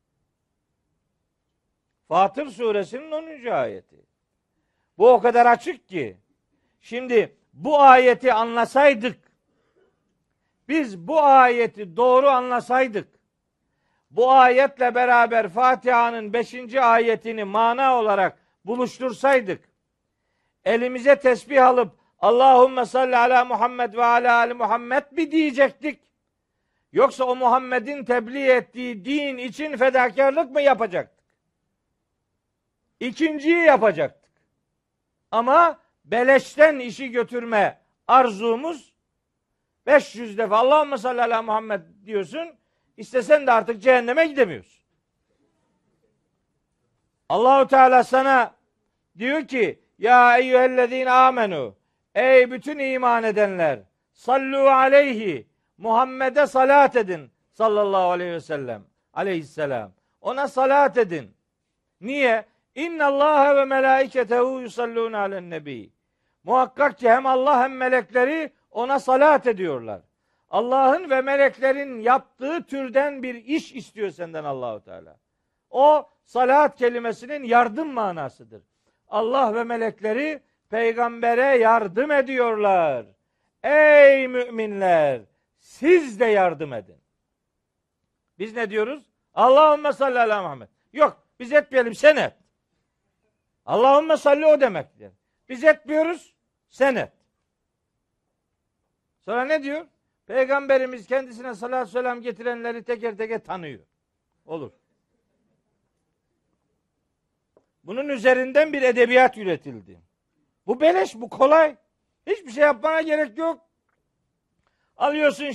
Fatır suresinin 10. ayeti. Bu o kadar açık ki. Şimdi bu ayeti anlasaydık, biz bu ayeti doğru anlasaydık, bu ayetle beraber Fatiha'nın 5. ayetini mana olarak buluştursaydık, elimize tesbih alıp Allahümme salli ala Muhammed ve ala ali Muhammed mi diyecektik? Yoksa o Muhammed'in tebliğ ettiği din için fedakarlık mı yapacaktık? İkinciyi yapacaktık. Ama beleşten işi götürme arzumuz 500 defa Allahümme salli ala Muhammed diyorsun. İstesen de artık cehenneme gidemiyorsun. Allahu Teala sana diyor ki ya eyyühellezine amenu, ey bütün iman edenler, sallu aleyhi, Muhammed'e salat edin sallallahu aleyhi ve sellem, aleyhisselam. Ona salat edin. Niye? İnnallâhe ve melâiketehu yusallûne alen nebi. Muhakkak ki hem Allah hem melekleri ona salat ediyorlar. Allah'ın ve meleklerin yaptığı türden bir iş istiyor senden Allahu Teala. O salat kelimesinin yardım manasıdır. Allah ve melekleri peygambere yardım ediyorlar. Ey müminler, siz de yardım edin. Biz ne diyoruz? Allahümme salli ala Muhammed. Yok, biz etmeyelim, sen et. Allahümme salli o demektir. Biz etmiyoruz, sen et. Sonra ne diyor? Peygamberimiz kendisine salatü selam getirenleri teker teker tanıyor. Olur. Bunun üzerinden bir edebiyat üretildi. Bu beleş, bu kolay. Hiçbir şey yapmana gerek yok. Alıyorsun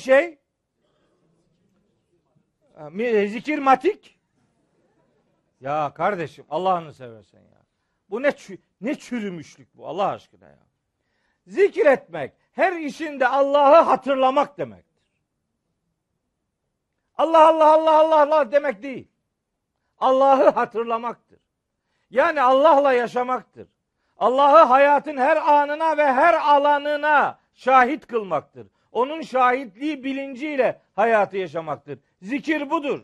zikirmatik. Ya kardeşim, Allah'ını seversen ya. Bu ne çürümüşlük bu Allah aşkına ya. Zikir etmek, her işinde Allah'ı hatırlamak demektir. Allah Allah Allah Allah Allah demek değil. Allah'ı hatırlamaktır. Yani Allah'la yaşamaktır. Allah'ı hayatın her anına ve her alanına şahit kılmaktır. Onun şahitliği bilinciyle hayatı yaşamaktır. Zikir budur.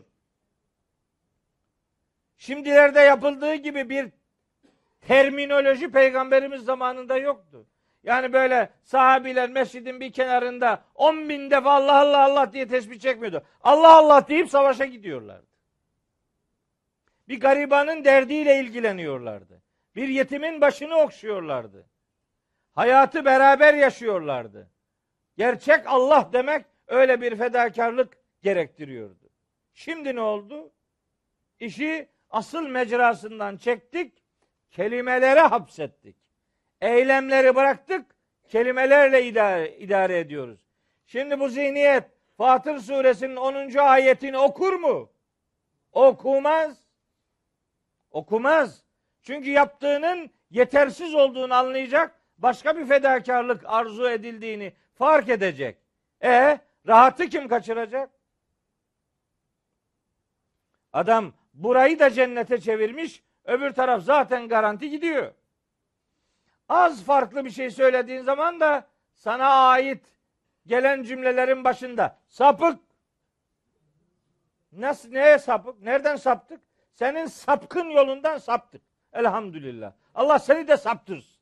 Şimdilerde yapıldığı gibi bir terminoloji Peygamberimiz zamanında yoktu. Yani böyle sahabiler mescidin bir kenarında 10.000 defa Allah Allah Allah diye tesbih çekmiyordu. Allah Allah deyip savaşa gidiyorlardı. Bir garibanın derdiyle ilgileniyorlardı. Bir yetimin başını okşuyorlardı. Hayatı beraber yaşıyorlardı. Gerçek Allah demek öyle bir fedakarlık gerektiriyordu. Şimdi ne oldu? İşi asıl mecrasından çektik, kelimelere hapsettik. Eylemleri bıraktık, kelimelerle idare ediyoruz. Şimdi bu zihniyet Fatır suresinin 10. ayetini okur mu? Okumaz. Okumaz. Çünkü yaptığının yetersiz olduğunu anlayacak, başka bir fedakarlık arzu edildiğini fark edecek. Rahatı kim kaçıracak? Adam burayı da cennete çevirmiş, öbür taraf zaten garanti gidiyor. Az farklı bir şey söylediğin zaman da sana ait gelen cümlelerin başında sapık. Nasıl, neye sapık? Nereden saptık? Senin sapkın yolundan saptık. Elhamdülillah. Allah seni de saptırsın.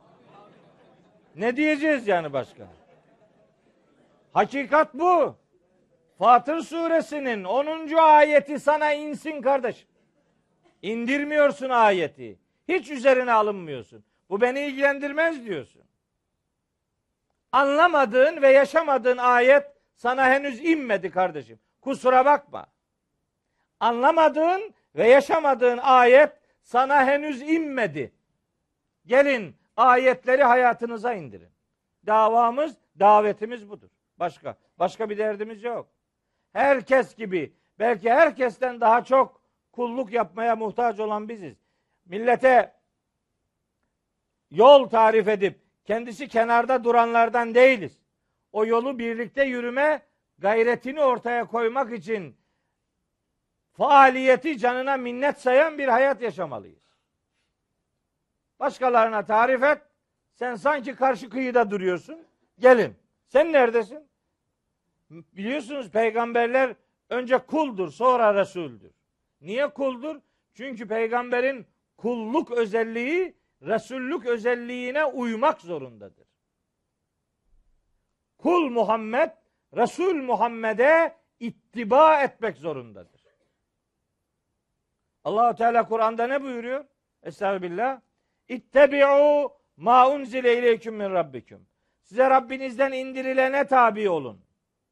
Ne diyeceğiz yani başka? Hakikat bu. Fatır suresinin 10. ayeti sana insin kardeşim. İndirmiyorsun ayeti. Hiç üzerine alınmıyorsun. Bu beni ilgilendirmez diyorsun. Anlamadığın ve yaşamadığın ayet sana henüz inmedi kardeşim. Kusura bakma. Anlamadığın ve yaşamadığın ayet sana henüz inmedi. Gelin ayetleri hayatınıza indirin. Davamız, davetimiz budur. Başka bir derdimiz yok. Herkes gibi, belki herkesten daha çok kulluk yapmaya muhtaç olan biziz. Millete yol tarif edip kendisi kenarda duranlardan değiliz. O yolu birlikte yürüme gayretini ortaya koymak için faaliyeti canına minnet sayan bir hayat yaşamalıyız. Başkalarına tarif et. Sen sanki karşı kıyıda duruyorsun. Gelin. Sen neredesin? Biliyorsunuz peygamberler önce kuldur, sonra resuldür. Niye kuldur? Çünkü peygamberin kulluk özelliği resullük özelliğine uymak zorundadır. Kul Muhammed, Resul Muhammed'e ittiba etmek zorundadır. Allah-u Teala Kur'an'da ne buyuruyor? Estağfirullah. İttebi'u ma unzile ileyküm min rabbikum. Size Rabbinizden indirilene tabi olun.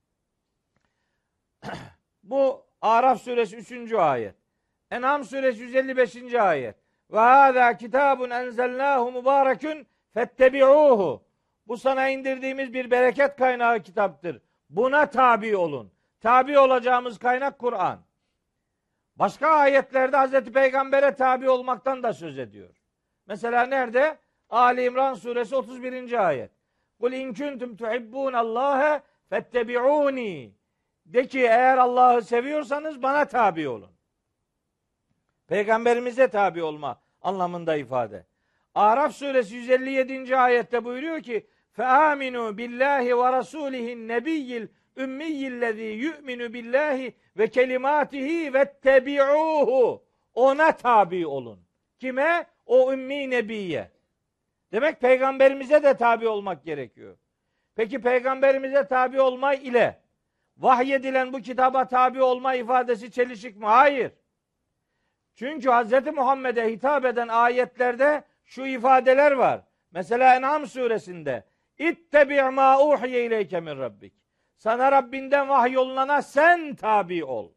Bu Araf suresi 3. ayet. En'am suresi 155. ayet. Ve hâzâ kitâbun enzelnâhu mübârekün fettebi'ûhu. Bu sana indirdiğimiz bir bereket kaynağı kitaptır. Buna tabi olun. Tabi olacağımız kaynak Kur'an. Başka ayetlerde Hazreti Peygamber'e tabi olmaktan da söz ediyor. Mesela nerede? Ali İmran suresi 31. ayet. Kul in kuntum tuhibbûnallâhe fettebi'ûni. De ki eğer Allah'ı seviyorsanız bana tabi olun. Peygamberimize tabi olma anlamında ifade. Araf suresi 157. ayette buyuruyor ki فَآمِنُوا بِاللّٰهِ وَرَسُولِهِ النَّبِيِّ الْاُمِّيِّ الَّذ۪ي يُؤْمِنُ بِاللّٰهِ وَكَلِمَاتِهِ وَاتَّبِعُوهُ. Ona tabi olun. Kime? O ümmi nebiye. Demek peygamberimize de tabi olmak gerekiyor. Peki peygamberimize tabi olma ile vahyedilen bu kitaba tabi olma ifadesi çelişik mi? Hayır. Çünkü Hz. Muhammed'e hitap eden ayetlerde şu ifadeler var. Mesela En'am suresinde İttebi' ma uhiye ileyke min rabbik. Sana Rabbinden vahyolunana sen tabi ol.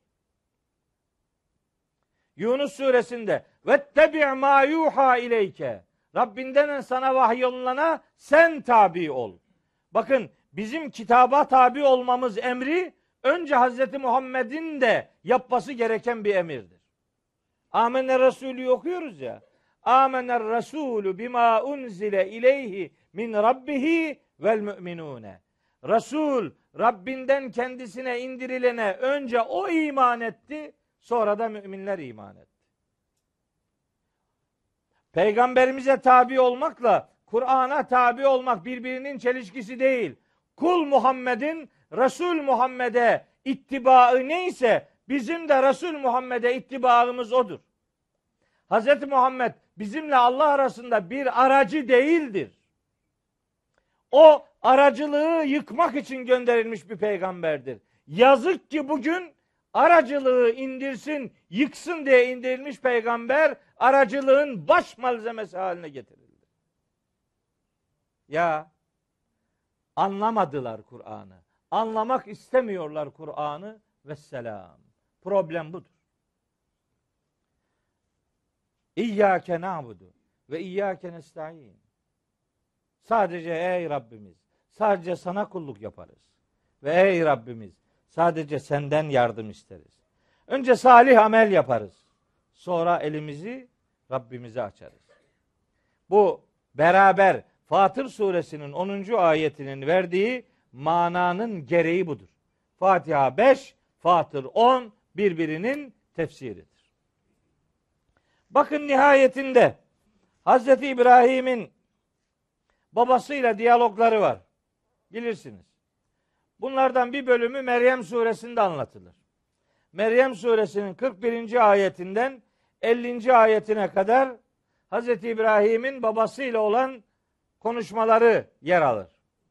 Yunus suresinde Vettebi' ma yuha ileyke. Rabbinden sana vahyolunana sen tabi ol. Bakın bizim kitaba tabi olmamız emri önce Hz. Muhammed'in de yapması gereken bir emirdir. Amener Resulü okuyoruz ya. Amener Resulü bima unzile ileyhi min rabbihi vel müminune. Resul Rabbinden kendisine indirilene önce o iman etti, sonra da müminler iman etti. Peygamberimize tabi olmakla Kur'an'a tabi olmak birbirinin çelişkisi değil. Kul Muhammed'in Resul Muhammed'e ittibaı neyse bizim de Resul Muhammed'e ittibaımız odur. Hz. Muhammed bizimle Allah arasında bir aracı değildir. O aracılığı yıkmak için gönderilmiş bir peygamberdir. Yazık ki bugün aracılığı indirsin, yıksın diye indirilmiş peygamber aracılığın baş malzemesi haline getirildi. Ya anlamadılar Kur'an'ı. Anlamak istemiyorlar Kur'an'ı vesselam. Problem budur. İyyâke na'budu ve iyyâke nestaîn. Sadece ey Rabbimiz, sadece sana kulluk yaparız. Ve ey Rabbimiz, sadece senden yardım isteriz. Önce salih amel yaparız. Sonra elimizi Rabbimize açarız. Bu beraber Fatır suresinin 10. ayetinin verdiği mananın gereği budur. Fatiha 5, Fatır 10 birbirinin tefsiridir. Bakın nihayetinde Hazreti İbrahim'in babasıyla diyalogları var. Bilirsiniz. Bunlardan bir bölümü Meryem suresinde anlatılır. Meryem suresinin 41. ayetinden 50. ayetine kadar Hz. İbrahim'in babasıyla olan konuşmaları yer alır.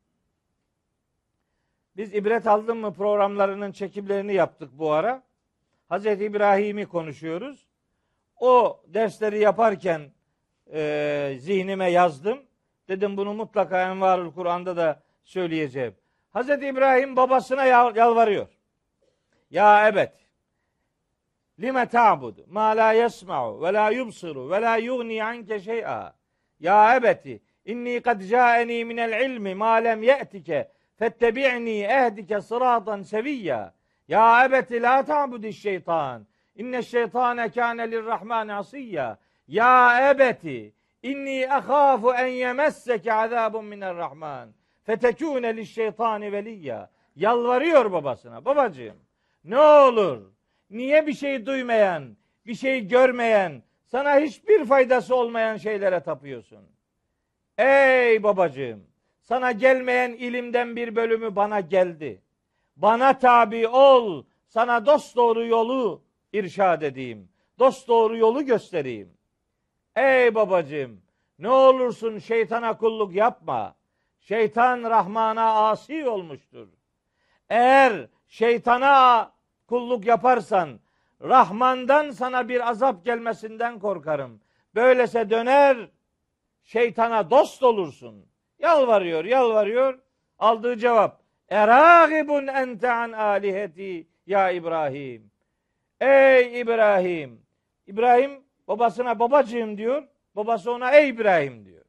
Biz ibret aldın mı programlarının çekimlerini yaptık bu ara. Hz. İbrahim'i konuşuyoruz. O dersleri yaparken zihnime yazdım. Dedim bunu mutlaka Envarul Kur'an'da da söyleyeceğim. Hz. İbrahim babasına yalvarıyor. Ya ebet lime ta'budu ma la yesma'u ve la yubsiru ve la yugni anke şey'a. Ya ebeti inni kad ca'eni minel ilmi ma lem ye'tike fettebi'ni ehdike sıratan seviyya. Ya ebeti la ta'budiş şeytan. İnne şeytane kâne lirrahmâni asiyya. Ya ebeti inni ahâfu en yemesseke azâbun minerrahman. Fetekûne lişşeytâni veliyya. Yalvarıyor babasına. Babacığım ne olur, niye bir şey duymayan, bir şey görmeyen, sana hiçbir faydası olmayan şeylere tapıyorsun? Ey babacığım, sana gelmeyen ilimden bir bölümü bana geldi. Bana tabi ol, sana dosdoğru yolu irşad edeyim. Dosdoğru yolu göstereyim. Ey babacığım, ne olursun şeytana kulluk yapma. Şeytan Rahman'a asi olmuştur. Eğer şeytana kulluk yaparsan Rahman'dan sana bir azap gelmesinden korkarım. Böylese döner şeytana dost olursun. Yalvarıyor. Aldığı cevap: Erâgibun ente an aliheti ya İbrahim. Ey İbrahim. İbrahim babasına babacığım diyor. Babası ona ey İbrahim diyor.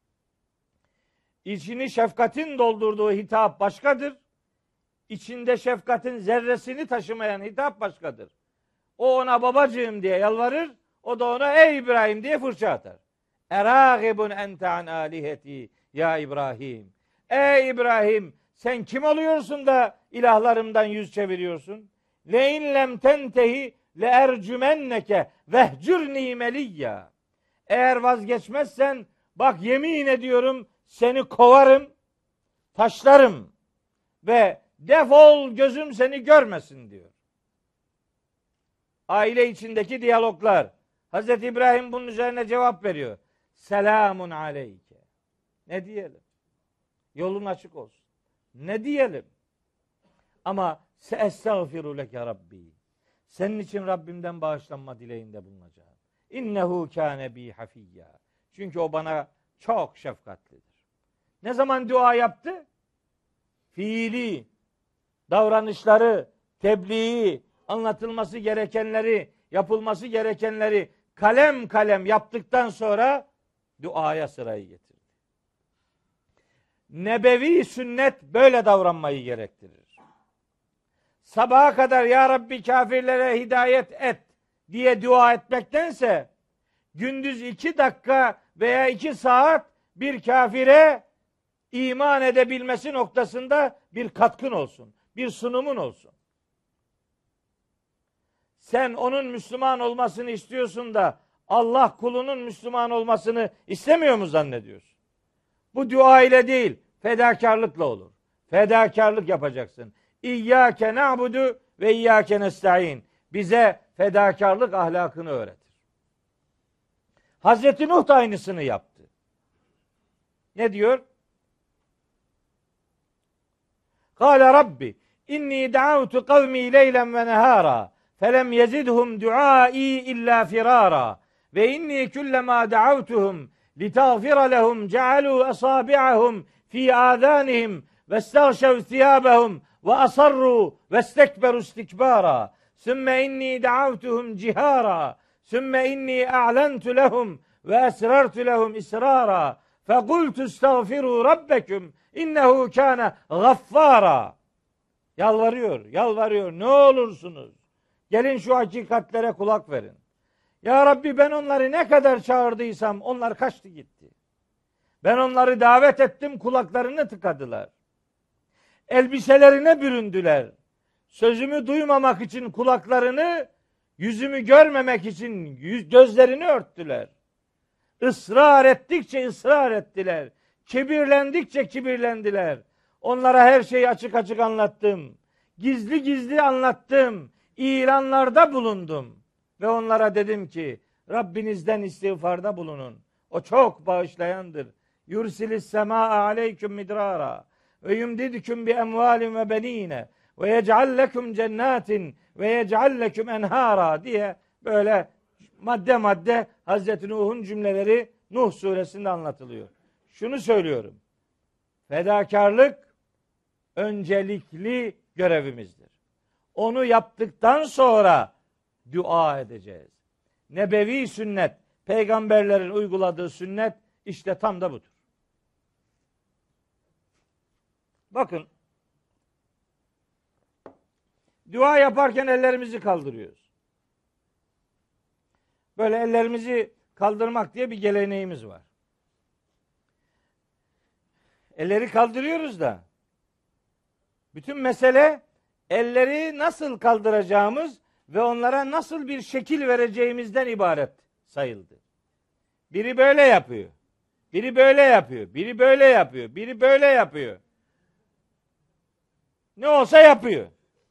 İçini şefkatin doldurduğu hitap başkadır. İçinde şefkatin zerresini taşımayan hitap başkadır. O ona babacığım diye yalvarır. O da ona ey İbrahim diye fırça atar. Erâgibun ente an aliheti ya İbrahim. Ey İbrahim, sen kim oluyorsun da ilahlarımdan yüz çeviriyorsun? Le in lem tentehi le ercümenneke vehcurni meliyya. Eğer vazgeçmezsen bak yemin ediyorum seni kovarım, taşlarım ve defol gözüm seni görmesin diyor. Aile içindeki diyaloglar. Hazreti İbrahim bunun üzerine cevap veriyor. Selamun aleyke. Ne diyelim? Yolun açık olsun. Ne diyelim? Ama estağfiru leke Rabbi. Senin için Rabbimden bağışlanma dileğinde bulunacağım. İnnehu kâne bi hafiyya. Çünkü o bana çok şefkatlidir. Ne zaman dua yaptı? Fiili davranışları, tebliği, anlatılması gerekenleri, yapılması gerekenleri kalem kalem yaptıktan sonra duaya sırayı getirdi. Nebevi sünnet böyle davranmayı gerektirir. Sabaha kadar ya Rabbi kafirlere hidayet et diye dua etmektense gündüz 2 dakika veya 2 saat bir kafire iman edebilmesi noktasında bir katkın olsun, bir sunumun olsun. Sen onun Müslüman olmasını istiyorsun da Allah kulunun Müslüman olmasını istemiyor mu zannediyorsun? Bu dua ile değil, fedakarlıkla olur. Fedakarlık yapacaksın. İyyâke na'budu ve iyyâke nestaîn. Bize fedakarlık ahlakını öğretir. Hazreti Nuh da aynısını yaptı. Ne diyor? Kâle Rabbi inni da'avtu kavmi leylen ve nehâra felem yezidhum duâi illa firâra ve inni kullemâ da'avtuhum litağfira lehum cealû asâbi'ahum fî âzânihim ve stâşev thiyâbehum ve asarru ve stekberu istikbâra sümme inni da'avtuhum cihâra sümme inni a'lentu lehum ve esrartu lehum israra fekultu estağfiru rabbekum innehu kâne gaffâra. Yalvarıyor. Ne olursunuz? Gelin şu hakikatlere kulak verin. Ya Rabbi ben onları ne kadar çağırdıysam onlar kaçtı gitti. Ben onları davet ettim, kulaklarını tıkadılar. Elbiselerine büründüler. Sözümü duymamak için kulaklarını, yüzümü görmemek için gözlerini örttüler. Israr ettikçe ısrar ettiler. Kibirlendikçe kibirlendiler. Onlara her şeyi açık açık anlattım. Gizli gizli anlattım. İlanlarda bulundum. Ve onlara dedim ki Rabbinizden istiğfarda bulunun. O çok bağışlayandır. Yursilis semâ'a aleyküm midrara ve yumdidüküm bi emvalin ve benine ve yec'al leküm cennetin ve yec'al leküm enhara diye böyle madde madde Hazreti Nuh'un cümleleri Nuh suresinde anlatılıyor. Şunu söylüyorum. Fedakarlık öncelikli görevimizdir. Onu yaptıktan sonra dua edeceğiz. Nebevi sünnet, peygamberlerin uyguladığı sünnet işte tam da budur. Bakın, dua yaparken ellerimizi kaldırıyoruz. Böyle ellerimizi kaldırmak diye bir geleneğimiz var. Elleri kaldırıyoruz da bütün mesele elleri nasıl kaldıracağımız ve onlara nasıl bir şekil vereceğimizden ibaret sayıldı. Biri böyle yapıyor. Biri böyle yapıyor. Biri böyle yapıyor. Biri böyle yapıyor. Ne olsa yapıyor.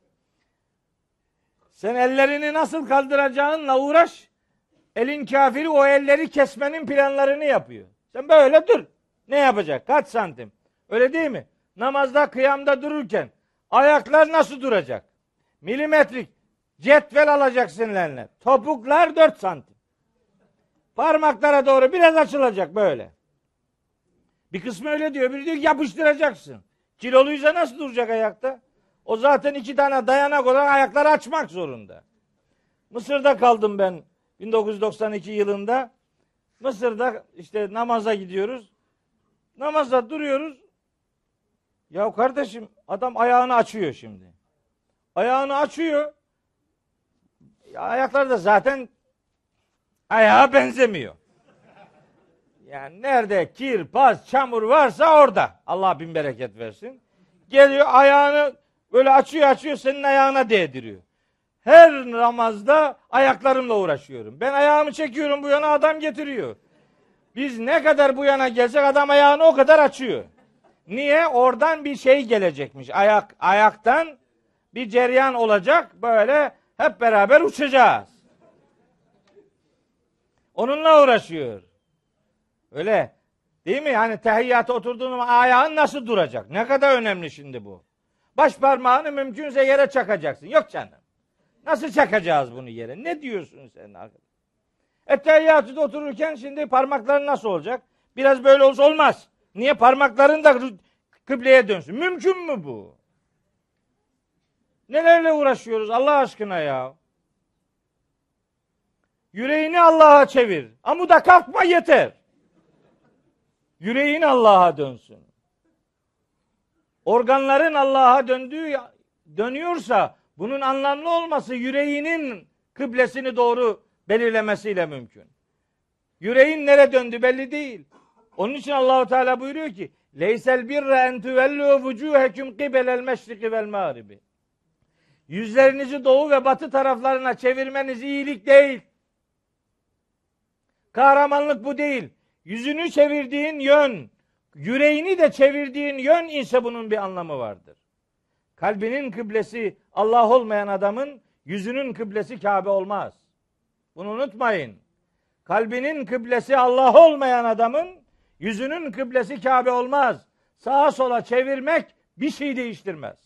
Sen ellerini nasıl kaldıracağınla uğraş. Elin kafiri o elleri kesmenin planlarını yapıyor. Sen böyle dur. Ne yapacak? Kaç santim? Öyle değil mi? Namazda, kıyamda dururken ayaklar nasıl duracak? Milimetrik cetvel alacaksın eline. Topuklar 4 santim. Parmaklara doğru biraz açılacak böyle. Bir kısmı öyle diyor. Biri diyor yapıştıracaksın. Kiloluysa nasıl duracak ayakta? O zaten 2 tane dayanak olarak ayakları açmak zorunda. Mısır'da kaldım ben 1992 yılında. Mısır'da işte namaza gidiyoruz. Namazda duruyoruz. Ya kardeşim adam ayağını açıyor şimdi. Ayağını açıyor. Ya ayakları da zaten ayağa benzemiyor. Yani nerede kir, pas, çamur varsa orada. Allah bin bereket versin. Geliyor ayağını böyle açıyor senin ayağına değdiriyor. Her namazda ayaklarımla uğraşıyorum. Ben ayağımı çekiyorum bu yana adam getiriyor. Biz ne kadar bu yana gelsek adam ayağını o kadar açıyor. Niye? Oradan bir şey gelecekmiş. Ayaktan bir cereyan olacak. Böyle hep beraber uçacağız. Onunla uğraşıyor. Öyle değil mi? Yani tehiyyata oturduğun zaman ayağın nasıl duracak? Ne kadar önemli şimdi bu. Baş parmağını mümkünse yere çakacaksın. Yok canım. Nasıl çakacağız bunu yere? Ne diyorsun sen arkadaş? Tehiyyatta otururken şimdi parmakların nasıl olacak? Biraz böyle olsa olmaz. Niye? Parmakların da kıbleye dönsün. Mümkün mü bu? Nelerle uğraşıyoruz Allah aşkına ya? Yüreğini Allah'a çevir. Amuda kalkma yeter. Yüreğin Allah'a dönsün. Organların Allah'a dönüyorsa bunun anlamlı olması yüreğinin kıblesini doğru belirlemesiyle mümkün. Yüreğin nereye döndü belli değil. Onun için Allahu Teala buyuruyor ki: "Leysel birre en tuvellu vucuhekum qibelel meşriki vel mağribi." Yüzlerinizi doğu ve batı taraflarına çevirmeniz iyilik değil. Kahramanlık bu değil. Yüzünü çevirdiğin yön, yüreğini de çevirdiğin yön ise bunun bir anlamı vardır. Kalbinin kıblesi Allah olmayan adamın yüzünün kıblesi Kabe olmaz. Bunu unutmayın. Kalbinin kıblesi Allah olmayan adamın yüzünün kıblesi Kabe olmaz. Sağa sola çevirmek bir şey değiştirmez.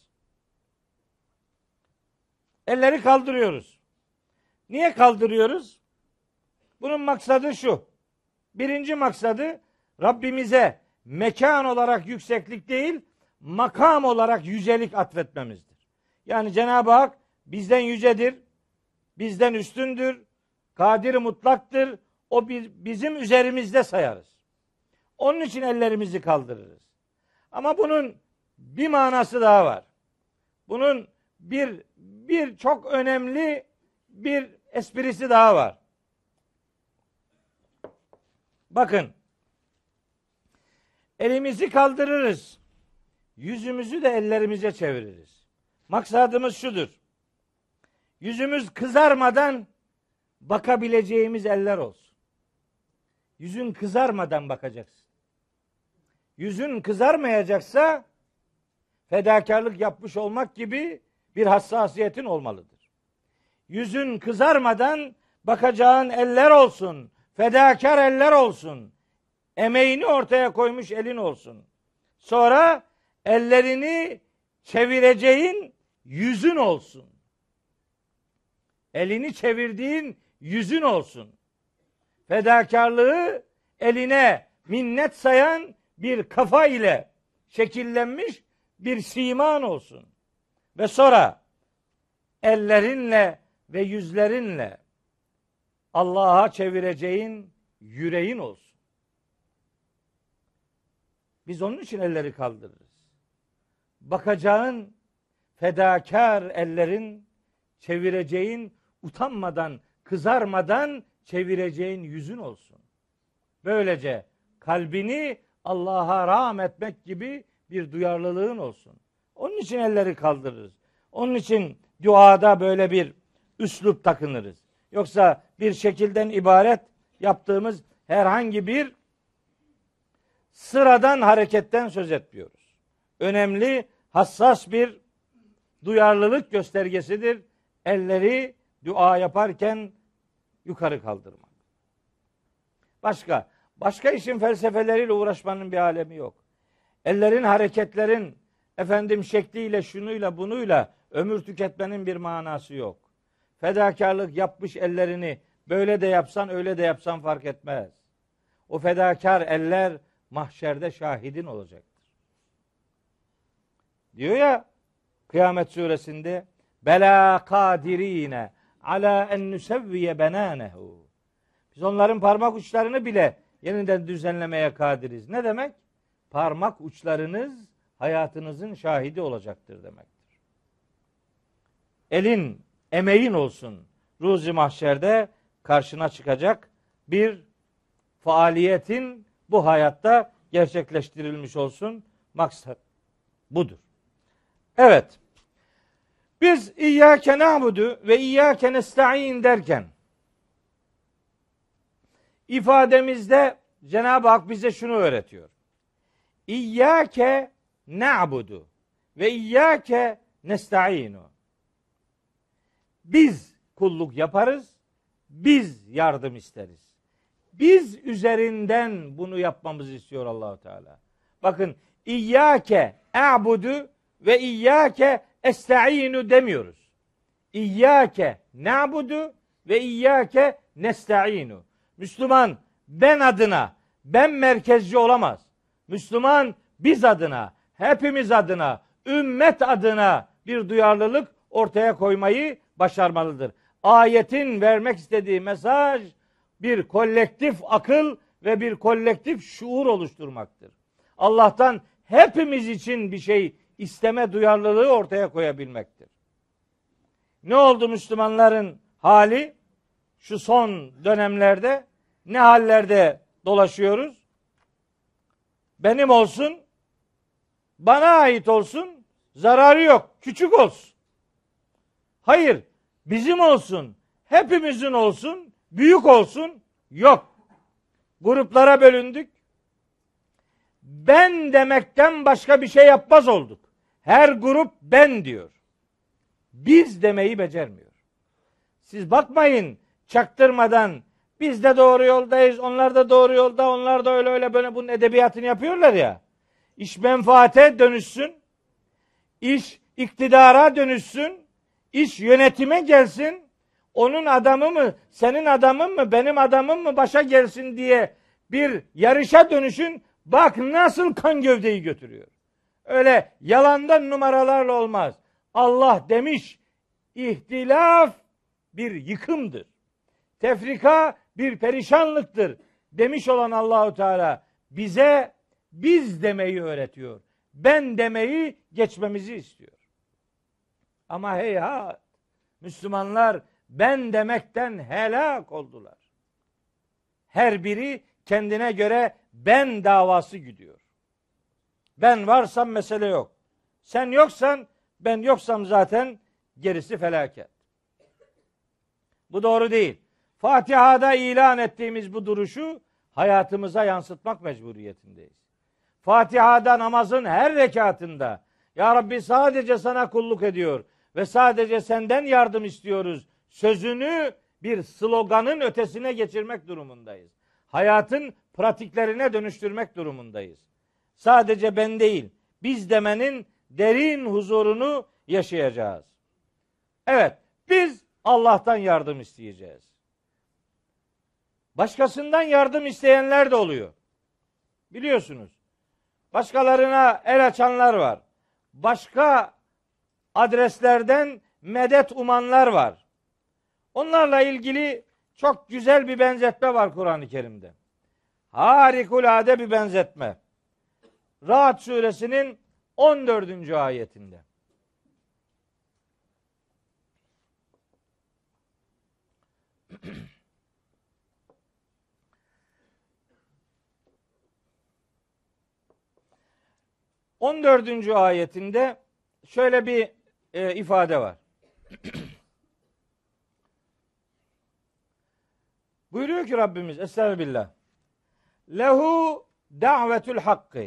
Elleri kaldırıyoruz. Niye kaldırıyoruz? Bunun maksadı şu. Birinci maksadı Rabbimize mekan olarak yükseklik değil, makam olarak yücelik atfetmemizdir. Yani Cenab-ı Hak bizden yücedir, bizden üstündür, kadir mutlaktır. O bizim üzerimizde sayarız. Onun için ellerimizi kaldırırız. Ama bunun bir manası daha var. Bunun bir çok önemli bir esprisi daha var. Bakın, elimizi kaldırırız, yüzümüzü de ellerimize çeviririz. Maksadımız şudur: yüzümüz kızarmadan bakabileceğimiz eller olsun. Yüzün kızarmadan bakacaksın. Yüzün kızarmayacaksa fedakarlık yapmış olmak gibi bir hassasiyetin olmalıdır. Yüzün kızarmadan bakacağın eller olsun, fedakar eller olsun, emeğini ortaya koymuş elin olsun. Sonra ellerini çevireceğin yüzün olsun. Elini çevirdiğin yüzün olsun. Fedakarlığı eline minnet sayan bir kafa ile şekillenmiş bir siman olsun. Ve sonra ellerinle ve yüzlerinle Allah'a çevireceğin yüreğin olsun. Biz onun için elleri kaldırırız. Bakacağın fedakar ellerin, çevireceğin, utanmadan, kızarmadan çevireceğin yüzün olsun. Böylece kalbini Allah'a rahmetmek gibi bir duyarlılığın olsun. Onun için elleri kaldırırız. Onun için duada böyle bir üslup takınırız. Yoksa bir şekilden ibaret yaptığımız herhangi bir sıradan hareketten söz etmiyoruz. Önemli, hassas bir duyarlılık göstergesidir. Elleri dua yaparken yukarı kaldırmak. Başka işin felsefeleriyle uğraşmanın bir alemi yok. Ellerin, hareketlerin şekliyle, şunuyla, bunuyla ömür tüketmenin bir manası yok. Fedakarlık yapmış ellerini böyle de yapsan, öyle de yapsan fark etmez. O fedakar eller mahşerde şahidin olacaktır. Diyor ya Kıyamet suresinde bela kadirine ala en nusevviye benanehu. Biz onların parmak uçlarını bile yeniden düzenlemeye kadiriz. Ne demek? Parmak uçlarınız hayatınızın şahidi olacaktır demektir. Elin, emeğin olsun. Ruzi mahşerde karşına çıkacak bir faaliyetin bu hayatta gerçekleştirilmiş olsun. Maksat budur. Evet. Biz İyyâke na'budu ve İyyâke nesta'in derken ifademizde Cenab-ı Hak bize şunu öğretiyor. İyyâke na'budu ve İyyâke nesta'inu. Biz kulluk yaparız, biz yardım isteriz. Biz üzerinden bunu yapmamızı istiyor Allahu Teala. Bakın İyyâke a'budu ve İyyâke esta'inu demiyoruz. İyyâke na'budu ve İyyâke nesta'inu. Müslüman ben adına, ben merkezci olamaz. Müslüman biz adına, hepimiz adına, ümmet adına bir duyarlılık ortaya koymayı başarmalıdır. Ayetin vermek istediği mesaj bir kolektif akıl ve bir kolektif şuur oluşturmaktır. Allah'tan hepimiz için bir şey isteme duyarlılığı ortaya koyabilmektir. Ne oldu Müslümanların hali? Şu son dönemlerde ne hallerde dolaşıyoruz? Benim olsun, bana ait olsun, zararı yok, küçük olsun. Hayır, bizim olsun, hepimizin olsun, büyük olsun, yok. Gruplara bölündük. Ben demekten başka bir şey yapmaz olduk. Her grup ben diyor. Biz demeyi becermiyor. Siz bakmayın çaktırmadan biz de doğru yoldayız, onlar da doğru yolda, onlar da öyle böyle bunun edebiyatını yapıyorlar ya. İş menfaate dönüşsün, iş iktidara dönüşsün, iş yönetime gelsin, onun adamı mı, senin adamın mı, benim adamım mı başa gelsin diye bir yarışa dönüşün, bak nasıl kan gövdeyi götürüyor. Öyle yalandan numaralarla olmaz. Allah demiş, ihtilaf bir yıkımdır. Tefrika bir perişanlıktır demiş olan Allahu Teala bize biz demeyi öğretiyor. Ben demeyi geçmemizi istiyor. Ama heyhat Müslümanlar ben demekten helak oldular. Her biri kendine göre ben davası gidiyor. Ben varsam mesele yok. Sen yoksan ben yoksam zaten gerisi felaket. Bu doğru değil. Fatiha'da ilan ettiğimiz bu duruşu hayatımıza yansıtmak mecburiyetindeyiz. Fatiha'da namazın her rekatında Ya Rabbi sadece sana kulluk ediyor ve sadece senden yardım istiyoruz sözünü bir sloganın ötesine geçirmek durumundayız. Hayatın pratiklerine dönüştürmek durumundayız. Sadece ben değil, biz demenin derin huzurunu yaşayacağız. Evet, biz Allah'tan yardım isteyeceğiz. Başkasından yardım isteyenler de oluyor. Biliyorsunuz. Başkalarına el açanlar var. Başka adreslerden medet umanlar var. Onlarla ilgili çok güzel bir benzetme var Kur'an-ı Kerim'de. Harikulade bir benzetme. Ra'd suresinin 14. ayetinde. On dördüncü ayetinde şöyle bir ifade var. Buyuruyor ki Rabbimiz Estağfirullah. Lehu da'vetul hakkı.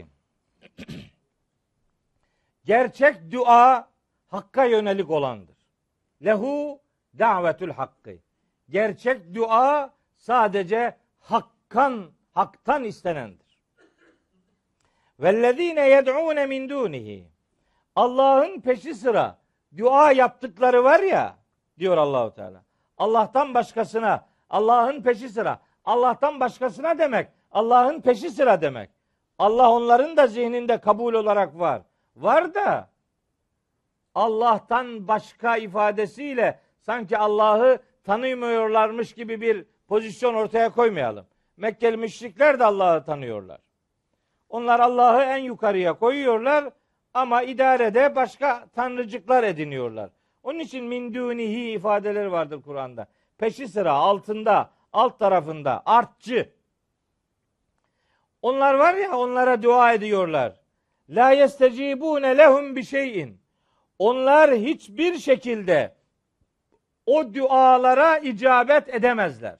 Gerçek dua hakka yönelik olandır. Lehu da'vetul hakkı. Gerçek dua sadece haktan istenendir. Vellezine yed'un min dunihi. Allah'ın peşi sıra dua yaptıkları var ya diyor Allahu Teala. Allah'tan başkasına, Allah'ın peşi sıra, Allah'tan başkasına demek, Allah'ın peşi sıra demek. Allah onların da zihninde kabul olarak var. Var da Allah'tan başka ifadesiyle sanki Allah'ı tanımıyorlarmış gibi bir pozisyon ortaya koymayalım. Mekkeli müşrikler de Allah'ı tanıyorlar. Onlar Allah'ı en yukarıya koyuyorlar ama idarede başka tanrıcıklar ediniyorlar. Onun için min dunihi ifadeleri vardır Kur'an'da. Peşi sıra, altında, alt tarafında, artçı. Onlar var ya, onlara dua ediyorlar. La yestecibune lehum bi şeyin. Onlar hiçbir şekilde o dualara icabet edemezler.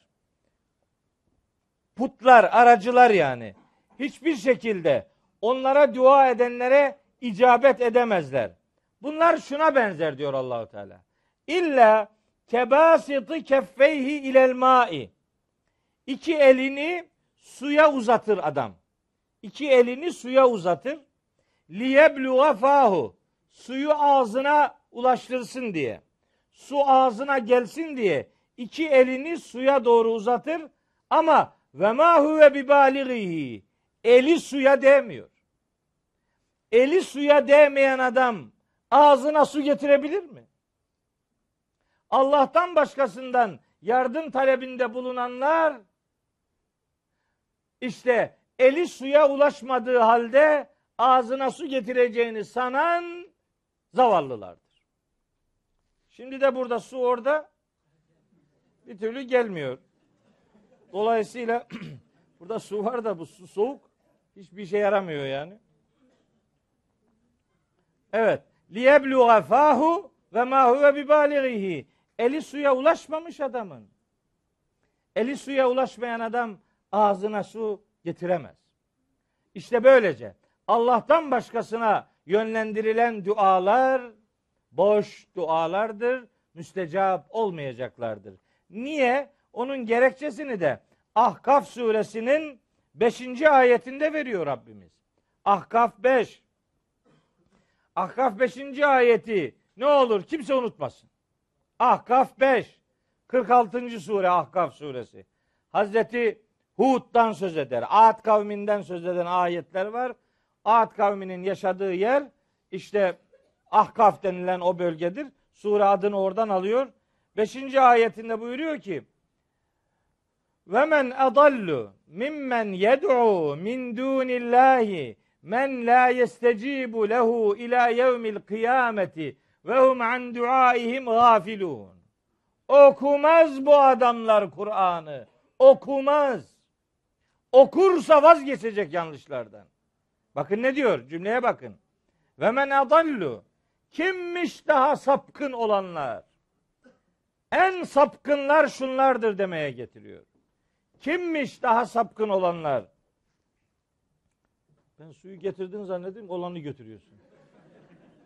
Putlar, aracılar yani. Hiçbir şekilde onlara dua edenlere icabet edemezler. Bunlar şuna benzer diyor Allahu Teala. İlla kebasiti keffeyhi ilel ma'i. İki elini suya uzatır adam. İki elini suya uzatır. Liyebluğa fahu. Suyu ağzına ulaştırsın diye. Su ağzına gelsin diye iki elini suya doğru uzatır ama ve ma huve bibalighihi. Eli suya değmiyor. Eli suya değmeyen adam ağzına su getirebilir mi? Allah'tan başkasından yardım talebinde bulunanlar işte eli suya ulaşmadığı halde ağzına su getireceğini sanan zavallılardır. Şimdi de burada su orada bir türlü gelmiyor. Dolayısıyla burada su var da bu su soğuk. Hiçbir şey yaramıyor yani. Evet. Liyebluğa fahu ve ma huve bibalighihi. Eli suya ulaşmamış adamın. Eli suya ulaşmayan adam ağzına su getiremez. İşte böylece Allah'tan başkasına yönlendirilen dualar boş dualardır, müstecap olmayacaklardır. Niye? Onun gerekçesini de Ahkaf suresinin 5. ayetinde veriyor Rabbimiz. Ahkaf 5. Ahkaf 5. ayeti ne olur kimse unutmasın. Ahkaf 5. 46. sure Ahkaf suresi. Hazreti Hud'dan söz eder. Ad kavminden söz eden ayetler var. Ad kavminin yaşadığı yer işte Ahkaf denilen o bölgedir. Sure adını oradan alıyor. 5. ayetinde buyuruyor ki ve men adallu mimmen yed'u min dunillahi men la yestecibu lehu ila yevmil kıyameti ve hum an duaihim gafilun. Okumaz bu adamlar Kur'an'ı. Okumaz. Okursa vazgeçecek yanlışlardan. Bakın ne diyor? Cümleye bakın. Ve men adallu. Kimmiş daha sapkın olanlar? En sapkınlar şunlardır demeye getiriyor. Kimmiş daha sapkın olanlar? Ben suyu getirdin zannedeyim, olanı götürüyorsun.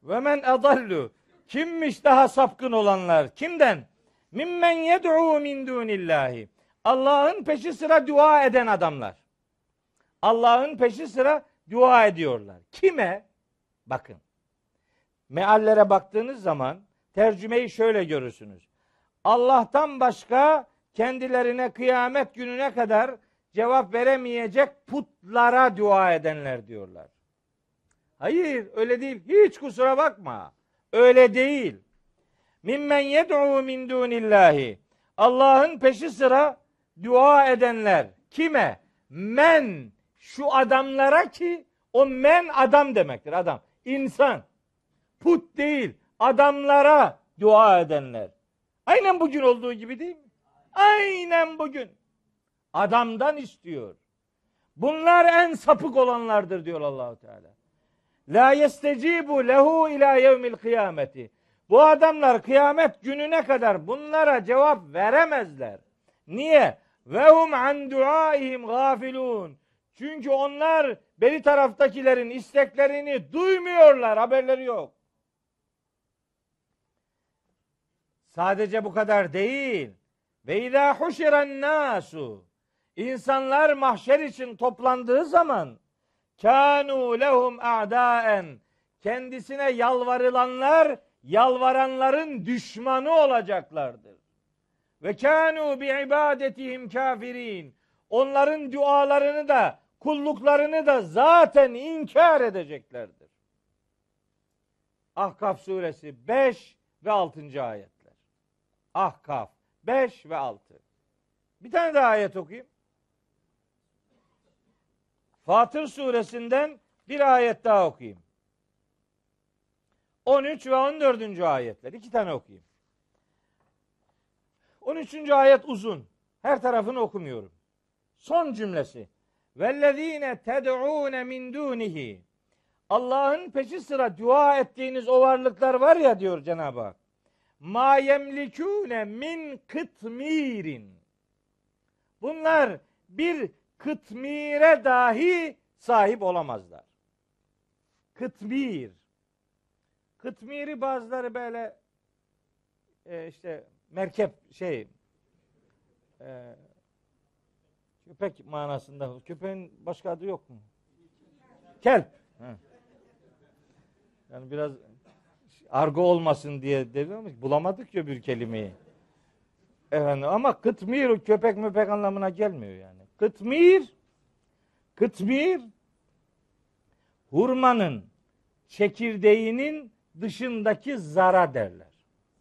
Ve men adallu. Kimmiş daha sapkın olanlar? Kimden? Mimmen yed'u min dunillahi. Allah'ın peşi sıra dua eden adamlar. Allah'ın peşi sıra dua ediyorlar. Kime? Bakın. Meallere baktığınız zaman tercümeyi şöyle görürsünüz. Allah'tan başka kendilerine kıyamet gününe kadar cevap veremeyecek putlara dua edenler diyorlar. Hayır, öyle değil. Hiç kusura bakma. Öyle değil. Mimmen yed'u min dunillahi. Allah'ın peşi sıra dua edenler. Kime? Men. Şu adamlara ki o men adam demektir. Adam. İnsan. Put değil. Adamlara dua edenler. Aynen bugün olduğu gibi değil mi? Aynen bugün. Adamdan istiyor. Bunlar en sapık olanlardır diyor Allahu Teala. La yestecibu lehu ila yevmil kıyameti. Bu adamlar kıyamet gününe kadar bunlara cevap veremezler. Niye? Ve hum an duaihim gafilun. Çünkü onlar beri taraftakilerin isteklerini duymuyorlar, haberleri yok. Sadece bu kadar değil. Ve izâ huşiren nâsu. İnsanlar mahşer için toplandığı zaman kânû lehum a'dâen. Kendisine yalvarılanlar, yalvaranların düşmanı olacaklardır. Ve kânû bi ibadetihim kâfirin. Onların dualarını da, kulluklarını da zaten inkar edeceklerdir. Ahkaf suresi 5 ve 6. ayetler. Ahkaf 5 ve 6. Bir tane daha ayet okuyayım. Fatır suresinden bir ayet daha okuyayım. 13 ve 14. ayetler. 2 tane okuyayım. 13. ayet uzun. Her tarafını okumuyorum. Son cümlesi. Vellezine ted'ûne min dûnihi. Allah'ın peşi sıra dua ettiğiniz o varlıklar var ya diyor Cenab-ı Hak. Ma yemlikûne min kıtmirin. Bunlar bir kıtmire dahi sahip olamazlar. Kıtmir. Kıtmiri bazıları böyle işte merkep köpek manasında. Köpeğin başka adı yok mu? Kelp. Yani biraz argo olmasın diye dedim ama bulamadık ya bir kelimeyi. Efendim, ama kıtmir köpek möpek anlamına gelmiyor yani. Kıtmir hurmanın çekirdeğinin dışındaki zara derler.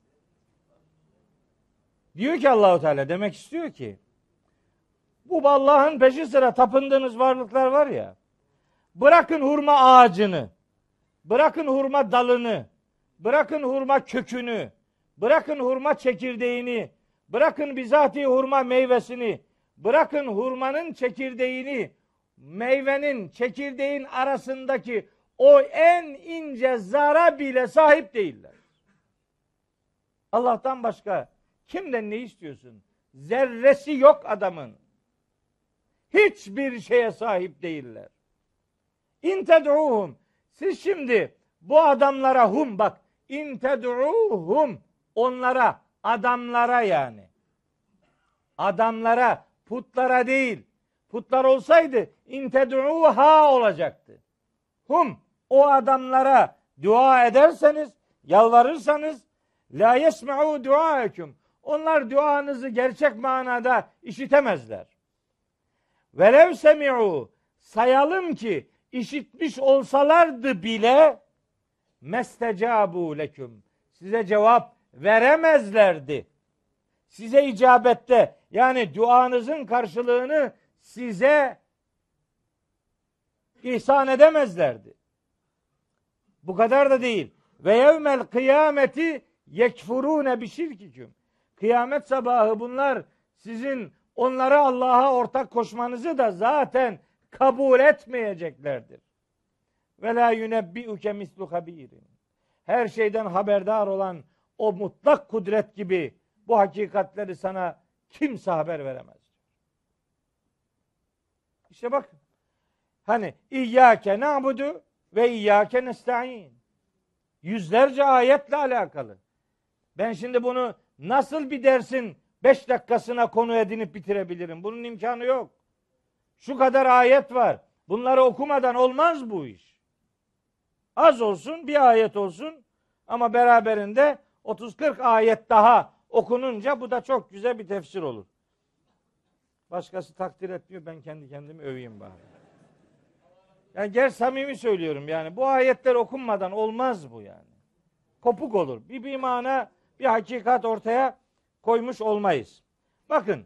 Diyor ki Allahu Teala, demek istiyor ki bu Allah'ın peşi sıra tapındığınız varlıklar var ya, bırakın hurma ağacını, bırakın hurma dalını, bırakın hurma kökünü, bırakın hurma çekirdeğini, bırakın bizatihi hurma meyvesini, bırakın hurmanın çekirdeğini, meyvenin çekirdeğin arasındaki o en ince zara bile sahip değiller. Allah'tan başka kimden ne istiyorsun? Zerresi yok adamın. Hiçbir şeye sahip değiller. İn ted'uhum. Siz şimdi bu adamlara bak. İn ted'uhum. Onlara, adamlara yani. Adamlara, putlara değil. Putlar olsaydı in ted'uha olacaktı. O adamlara dua ederseniz, yalvarırsanız la yesma'u duaekum. Onlar duanızı gerçek manada işitemezler. Velev semi'u. Sayalım ki işitmiş olsalardı bile mestecabu leküm. Size cevap veremezlerdi. Size icabette, yani duanızın karşılığını size ihsan edemezlerdi. Bu kadar da değil. Ve yevmel kıyameti yekfurune bi şirkiküm. Kıyamet sabahı bunlar sizin onlara Allah'a ortak koşmanızı da zaten kabul etmeyeceklerdir. Ve la yunebbi'uke mislu habirin. Her şeyden haberdar olan o mutlak kudret gibi bu hakikatleri sana kimse haber veremez. İşte bak, hani İyyâke na'budu ve İyyâke nesta'in. Yüzlerce ayetle alakalı. Ben şimdi bunu nasıl bir dersin 5 dakikasına konu edinip bitirebilirim? Bunun imkanı yok. Şu kadar ayet var. Bunları okumadan olmaz bu iş. Az olsun, bir ayet olsun ama beraberinde 30-40 ayet daha okununca bu da çok güzel bir tefsir olur. Başkası takdir etmiyor, ben kendi kendimi öveyim bari. Yani gel samimi söylüyorum, yani bu ayetler okunmadan olmaz bu yani. Kopuk olur. Bir mana, bir hakikat ortaya koymuş olmayız. Bakın.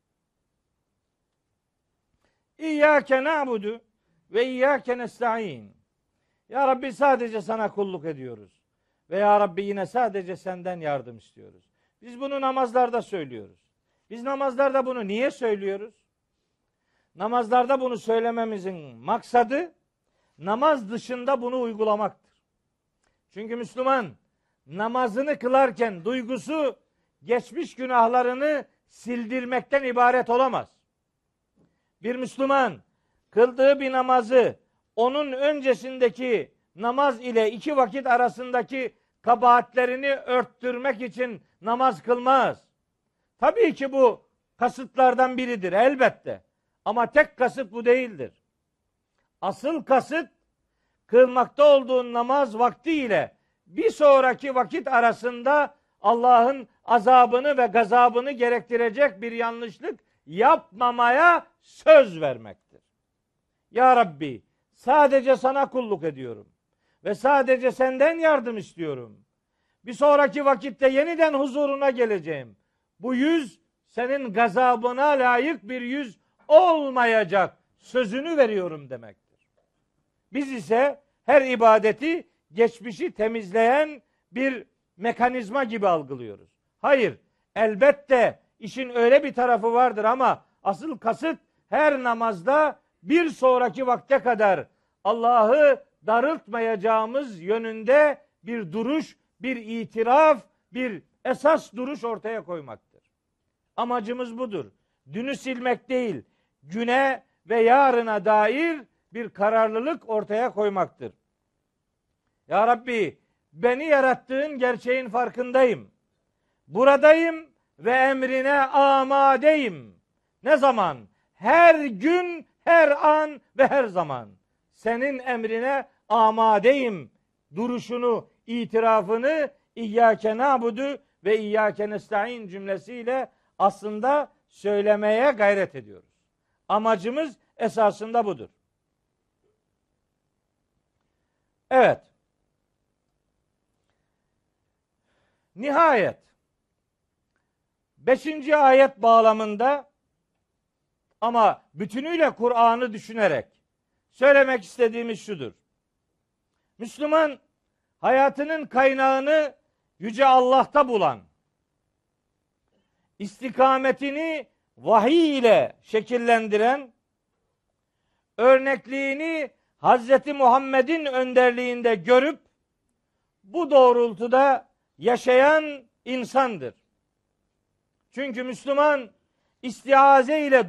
İyyâke na'budu ve iyyâke nesta'in. Ya Rabbi sadece sana kulluk ediyoruz. Ve ya Rabbi yine sadece senden yardım istiyoruz. Biz bunu namazlarda söylüyoruz. Biz namazlarda bunu niye söylüyoruz? Namazlarda bunu söylememizin maksadı namaz dışında bunu uygulamaktır. Çünkü Müslüman namazını kılarken duygusu geçmiş günahlarını sildirmekten ibaret olamaz. Bir Müslüman kıldığı bir namazı onun öncesindeki namaz ile 2 vakit arasındaki kabahatlerini örttürmek için namaz kılmaz. Tabii ki bu kasıtlardan biridir elbette. Ama tek kasıt bu değildir. Asıl kasıt kılmakta olduğun namaz vakti ile bir sonraki vakit arasında Allah'ın azabını ve gazabını gerektirecek bir yanlışlık yapmamaya söz vermektir. Ya Rabbi, sadece sana kulluk ediyorum ve sadece senden yardım istiyorum. Bir sonraki vakitte yeniden huzuruna geleceğim. Bu yüz senin gazabına layık bir yüz olmayacak sözünü veriyorum demektir. Biz ise her ibadeti geçmişi temizleyen bir mekanizma gibi algılıyoruz. Hayır, elbette işin öyle bir tarafı vardır ama asıl kasıt her namazda bir sonraki vakte kadar Allah'ı darıltmayacağımız yönünde bir duruş, bir itiraf, bir esas duruş ortaya koymaktır. Amacımız budur. Dünü silmek değil, güne ve yarına dair bir kararlılık ortaya koymaktır. Ya Rabbi, beni yarattığın gerçeğin farkındayım. Buradayım ve emrine amadeyim. Ne zaman? Her gün, her an ve her zaman. Senin emrine amadeyim duruşunu, itirafını İyyâke na'budu ve İyyâke nesta'in cümlesiyle aslında söylemeye gayret ediyoruz. Amacımız esasında budur. Evet. Nihayet 5. ayet bağlamında ama bütünüyle Kur'an'ı düşünerek söylemek istediğimiz şudur. Müslüman hayatının kaynağını Yüce Allah'ta bulan, istikametini vahiy ile şekillendiren, örnekliğini Hazreti Muhammed'in önderliğinde görüp bu doğrultuda yaşayan insandır. Çünkü Müslüman istiaze ile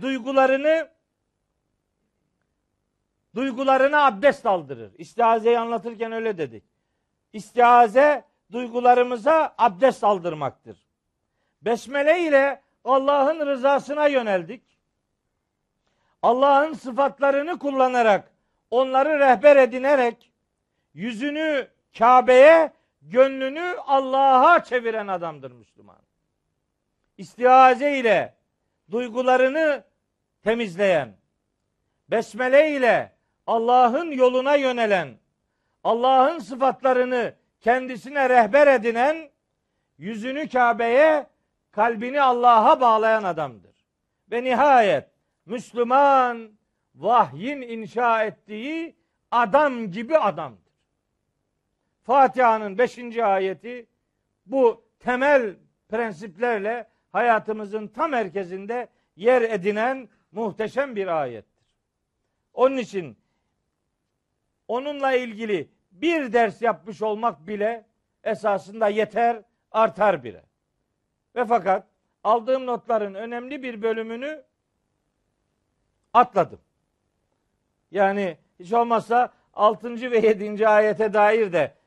duygularına abdest aldırır. İstiazeyi anlatırken öyle dedik. İstiaze duygularımıza abdest aldırmaktır. Besmele ile Allah'ın rızasına yöneldik. Allah'ın sıfatlarını kullanarak, onları rehber edinerek yüzünü Kabe'ye, gönlünü Allah'a çeviren adamdır Müslüman. İstiaze ile duygularını temizleyen, besmele ile Allah'ın yoluna yönelen, Allah'ın sıfatlarını kendisine rehber edinen, yüzünü Kabe'ye, kalbini Allah'a bağlayan adamdır. Ve nihayet Müslüman vahyin inşa ettiği adam gibi adamdır. Fatiha'nın 5. ayeti bu temel prensiplerle hayatımızın tam merkezinde yer edinen muhteşem bir ayettir. Onun için onunla ilgili bir ders yapmış olmak bile esasında yeter, artar bile. Ve fakat aldığım notların önemli bir bölümünü atladım. Yani hiç olmazsa 6. ve 7. ayete dair de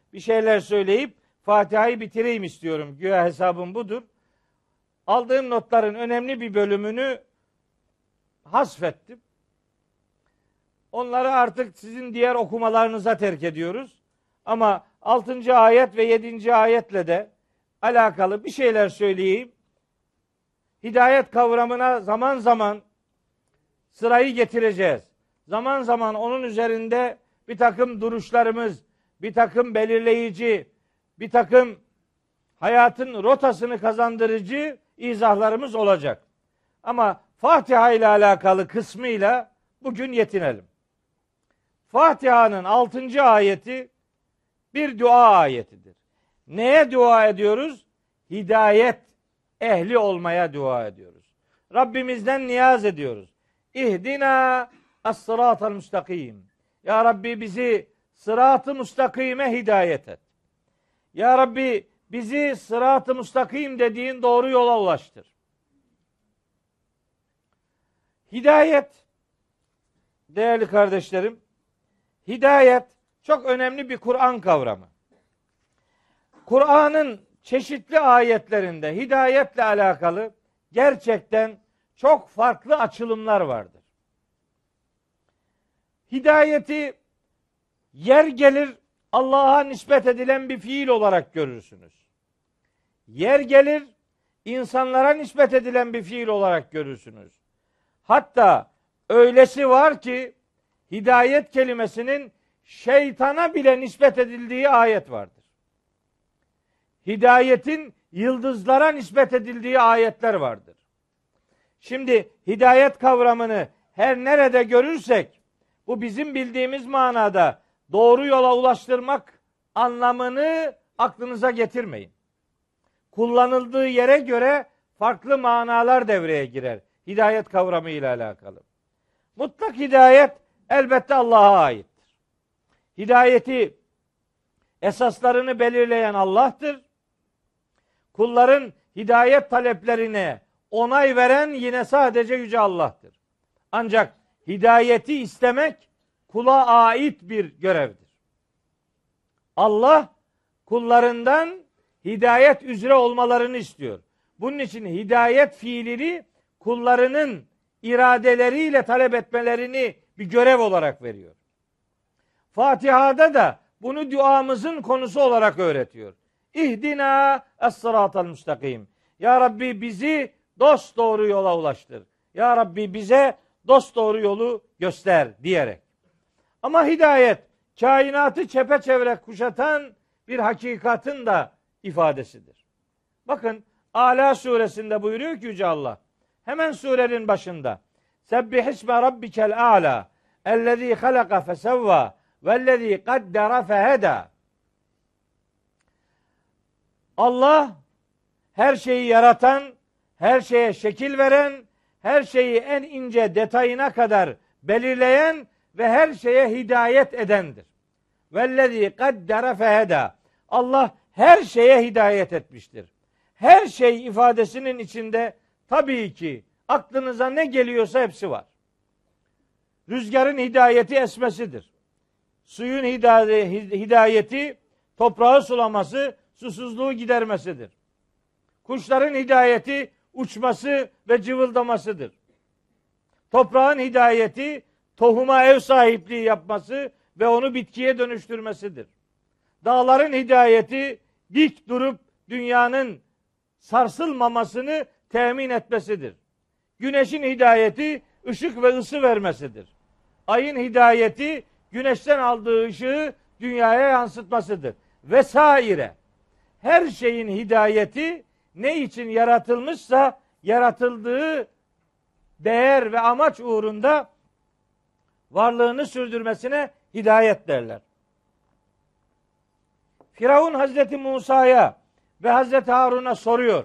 bir şeyler söyleyip Fatiha'yı bitireyim istiyorum. Güya hesabım budur. Aldığım notların önemli bir bölümünü hasfettim. Onları artık sizin diğer okumalarınıza terk ediyoruz. Ama 6. ayet ve 7. ayetle de alakalı bir şeyler söyleyeyim. Hidayet kavramına zaman zaman sırayı getireceğiz. Zaman zaman onun üzerinde bir takım duruşlarımız, bir takım belirleyici, bir takım hayatın rotasını kazandırıcı izahlarımız olacak. Ama Fatiha ile alakalı kısmıyla bugün yetinelim. Fatiha'nın 6. ayeti bir dua ayetidir. Neye dua ediyoruz? Hidayet ehli olmaya dua ediyoruz. Rabbimizden niyaz ediyoruz. İhdina as-sıratal müstakim. Ya Rabbi bizi sırat-ı müstakime hidayet et. Ya Rabbi bizi sırat-ı müstakim dediğin doğru yola ulaştır. Hidayet, değerli kardeşlerim, hidayet çok önemli bir Kur'an kavramı. Kur'an'ın çeşitli ayetlerinde hidayetle alakalı gerçekten çok farklı açılımlar vardır. Hidayeti yer gelir Allah'a nispet edilen bir fiil olarak görürsünüz. Yer gelir insanlara nispet edilen bir fiil olarak görürsünüz. Hatta öylesi var ki hidayet kelimesinin şeytana bile nispet edildiği ayet vardır. Hidayetin yıldızlara nispet edildiği ayetler vardır. Şimdi hidayet kavramını her nerede görürsek bu bizim bildiğimiz manada doğru yola ulaştırmak anlamını aklınıza getirmeyin. Kullanıldığı yere göre farklı manalar devreye girer hidayet kavramı ile alakalı. Mutlak hidayet elbette Allah'a aittir. Hidayeti esaslarını belirleyen Allah'tır. Kulların hidayet taleplerine onay veren yine sadece Yüce Allah'tır. Ancak hidayeti istemek kula ait bir görevdir. Allah kullarından hidayet üzere olmalarını istiyor. Bunun için hidayet fiilini kullarının iradeleriyle talep etmelerini bir görev olarak veriyor. Fatiha'da da bunu duamızın konusu olarak öğretiyor. İhdina es-sıratal müstakim. Ya Rabbi bizi dost doğru yola ulaştır. Ya Rabbi bize dost doğru yolu göster diyerek. Ama hidayet kainatı çepeçevre kuşatan bir hakikatin da ifadesidir. Bakın Ala suresinde buyuruyor ki Yüce Allah. Hemen surenin başında. Sebbihisme rabbikel a'la ellezî halaka fesevva vellezî kaddara feheda. Allah her şeyi yaratan, her şeye şekil veren, her şeyi en ince detayına kadar belirleyen ve her şeye hidayet edendir. Vellezî kaddara feheda. Allah her şeye hidayet etmiştir. Her şey ifadesinin içinde tabii ki aklınıza ne geliyorsa hepsi var. Rüzgarın hidayeti esmesidir. Suyun hidayeti toprağı sulaması, susuzluğu gidermesidir. Kuşların hidayeti uçması ve cıvıldamasıdır. Toprağın hidayeti tohuma ev sahipliği yapması ve onu bitkiye dönüştürmesidir. Dağların hidayeti dik durup dünyanın sarsılmamasını temin etmesidir. Güneşin hidayeti ışık ve ısı vermesidir. Ayın hidayeti güneşten aldığı ışığı dünyaya yansıtmasıdır. Vesaire. Her şeyin hidayeti ne için yaratılmışsa yaratıldığı değer ve amaç uğrunda varlığını sürdürmesine hidayet derler. Firavun Hazreti Musa'ya ve Hazreti Harun'a soruyor.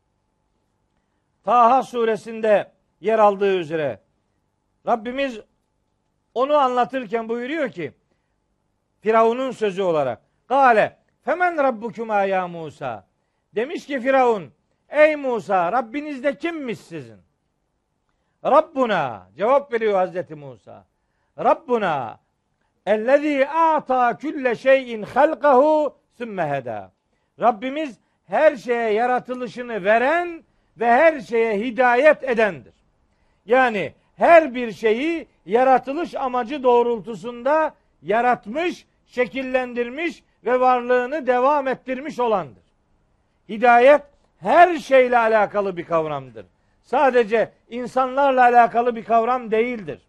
Taha suresinde yer aldığı üzere Rabbimiz onu anlatırken buyuruyor ki Firavun'un sözü olarak Kale femen rabbukuma ya Musa. Demiş ki Firavun ey Musa Rabbiniz de kimmiş sizin? Rabbuna cevap veriyor Hazreti Musa. Rabbuna Ellezî a'ta külle şeyin halkahu sümme heda. Rabbimiz her şeye yaratılışını veren ve her şeye hidayet edendir. Yani her bir şeyi yaratılış amacı doğrultusunda yaratmış, şekillendirmiş ve varlığını devam ettirmiş olandır. Hidayet her şeyle alakalı bir kavramdır. Sadece insanlarla alakalı bir kavram değildir.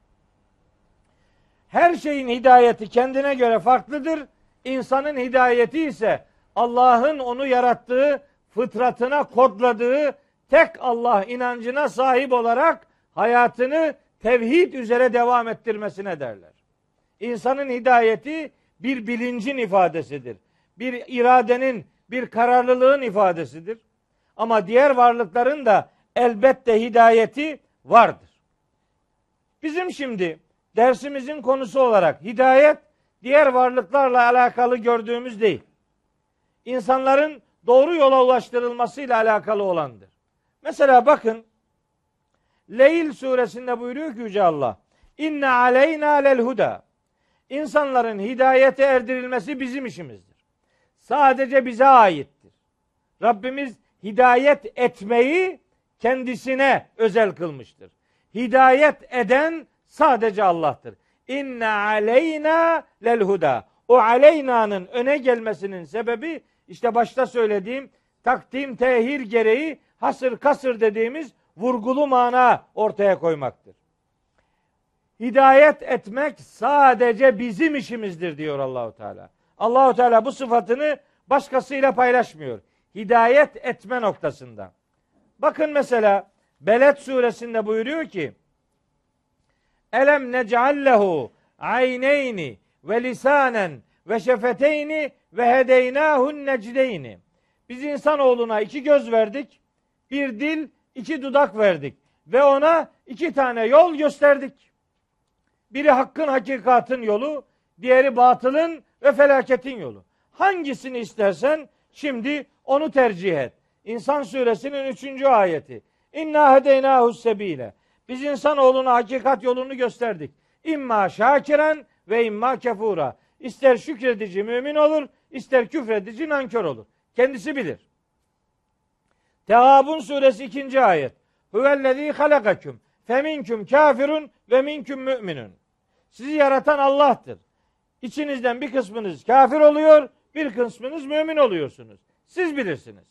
Her şeyin hidayeti kendine göre farklıdır. İnsanın hidayeti ise Allah'ın onu yarattığı, fıtratına kodladığı tek Allah inancına sahip olarak hayatını tevhid üzere devam ettirmesine derler. İnsanın hidayeti bir bilincin ifadesidir. Bir iradenin, bir kararlılığın ifadesidir. Ama diğer varlıkların da elbette hidayeti vardır. Bizim şimdi dersimizin konusu olarak hidayet diğer varlıklarla alakalı gördüğümüz değil. İnsanların doğru yola ulaştırılmasıyla alakalı olandır. Mesela bakın Leyl suresinde buyuruyor ki Yüce Allah, İnne aleyna lel huda. İnsanların hidayete erdirilmesi bizim işimizdir. Sadece bize aittir. Rabbimiz hidayet etmeyi kendisine özel kılmıştır. Hidayet eden sadece Allah'tır. İnne aleyna lel huda. O aleyna'nın öne gelmesinin sebebi işte başta söylediğim takdim tehir gereği hasır kasır dediğimiz vurgulu mana ortaya koymaktır. Hidayet etmek sadece bizim işimizdir diyor Allahu Teala. Allahu Teala bu sıfatını başkasıyla paylaşmıyor. Hidayet etme noktasında. Bakın mesela Beled suresinde buyuruyor ki Elem nec'allehu ayneyni ve lisanen ve şefeteyni ve hedeynâhun necdeyni. Biz insanoğluna 2 göz verdik, bir dil, 2 dudak verdik ve ona 2 tane yol gösterdik. Biri hakkın, hakikatin yolu, diğeri batılın ve felaketin yolu. Hangisini istersen şimdi onu tercih et. İnsan suresinin 3. ayeti. İnna hedeynahu sebile. Biz insanoğluna hakikat yolunu gösterdik. İmma şakiren ve imma kefura. İster şükredici mümin olur, ister küfredici nankör olur. Kendisi bilir. Teâbun suresi 2. ayet. Huvellezî halakaküm feminküm kafirun ve minküm müminun. Sizi yaratan Allah'tır. İçinizden bir kısmınız kafir oluyor, bir kısmınız mümin oluyorsunuz. Siz bilirsiniz.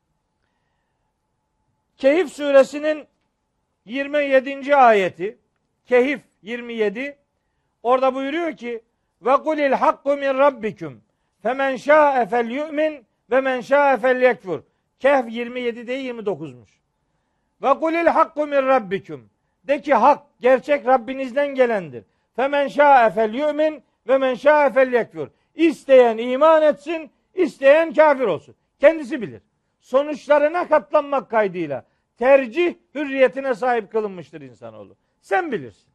Kehf suresinin 27. ayeti. Kehf 27. Orada buyuruyor ki ve kulil hakku min rabbikum femen şa'e fel yu'min ve men şa'e fel yekfur. Kehf 27 değil 29'muş. Ve kulil hakku min rabbikum. De ki hak, gerçek Rabbinizden gelendir. Femen şa'e fel yu'min ve men şa'e fel yekfur. İsteyen iman etsin, isteyen kafir olsun. Kendisi bilir. Sonuçlarına katlanmak kaydıyla tercih hürriyetine sahip kılınmıştır insanoğlu. Sen bilirsin.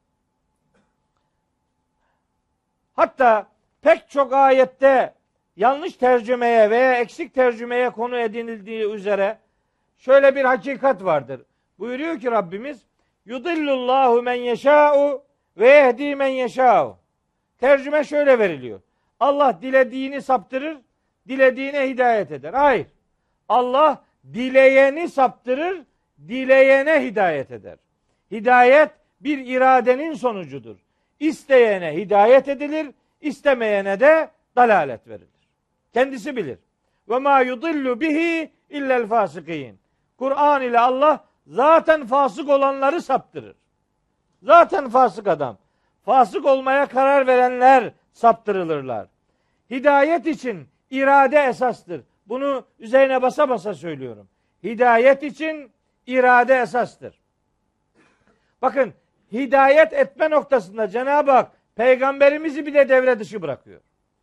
Hatta pek çok ayette yanlış tercümeye veya eksik tercümeye konu edinildiği üzere şöyle bir hakikat vardır. Buyuruyor ki Rabbimiz yudillullahu men yeşâ'u ve yehdi men yeşâ'u. Tercüme şöyle veriliyor. Allah dilediğini saptırır, dilediğine hidayet eder. Hayır. Allah dileyeni saptırır, dileyene hidayet eder. Hidayet bir iradenin sonucudur. İsteyene hidayet edilir, istemeyene de dalalet verilir. Kendisi bilir. Ve ma yudillu bihi illel fasikin. Kur'an ile Allah zaten fasık olanları saptırır. Zaten fasık adam. Fasık olmaya karar verenler saptırılırlar. Hidayet için irade esastır. Bunu üzerine basa basa söylüyorum. Hidayet için irade esastır. Bakın hidayet etme noktasında Cenab-ı Hak peygamberimizi bile devre dışı bırakıyor.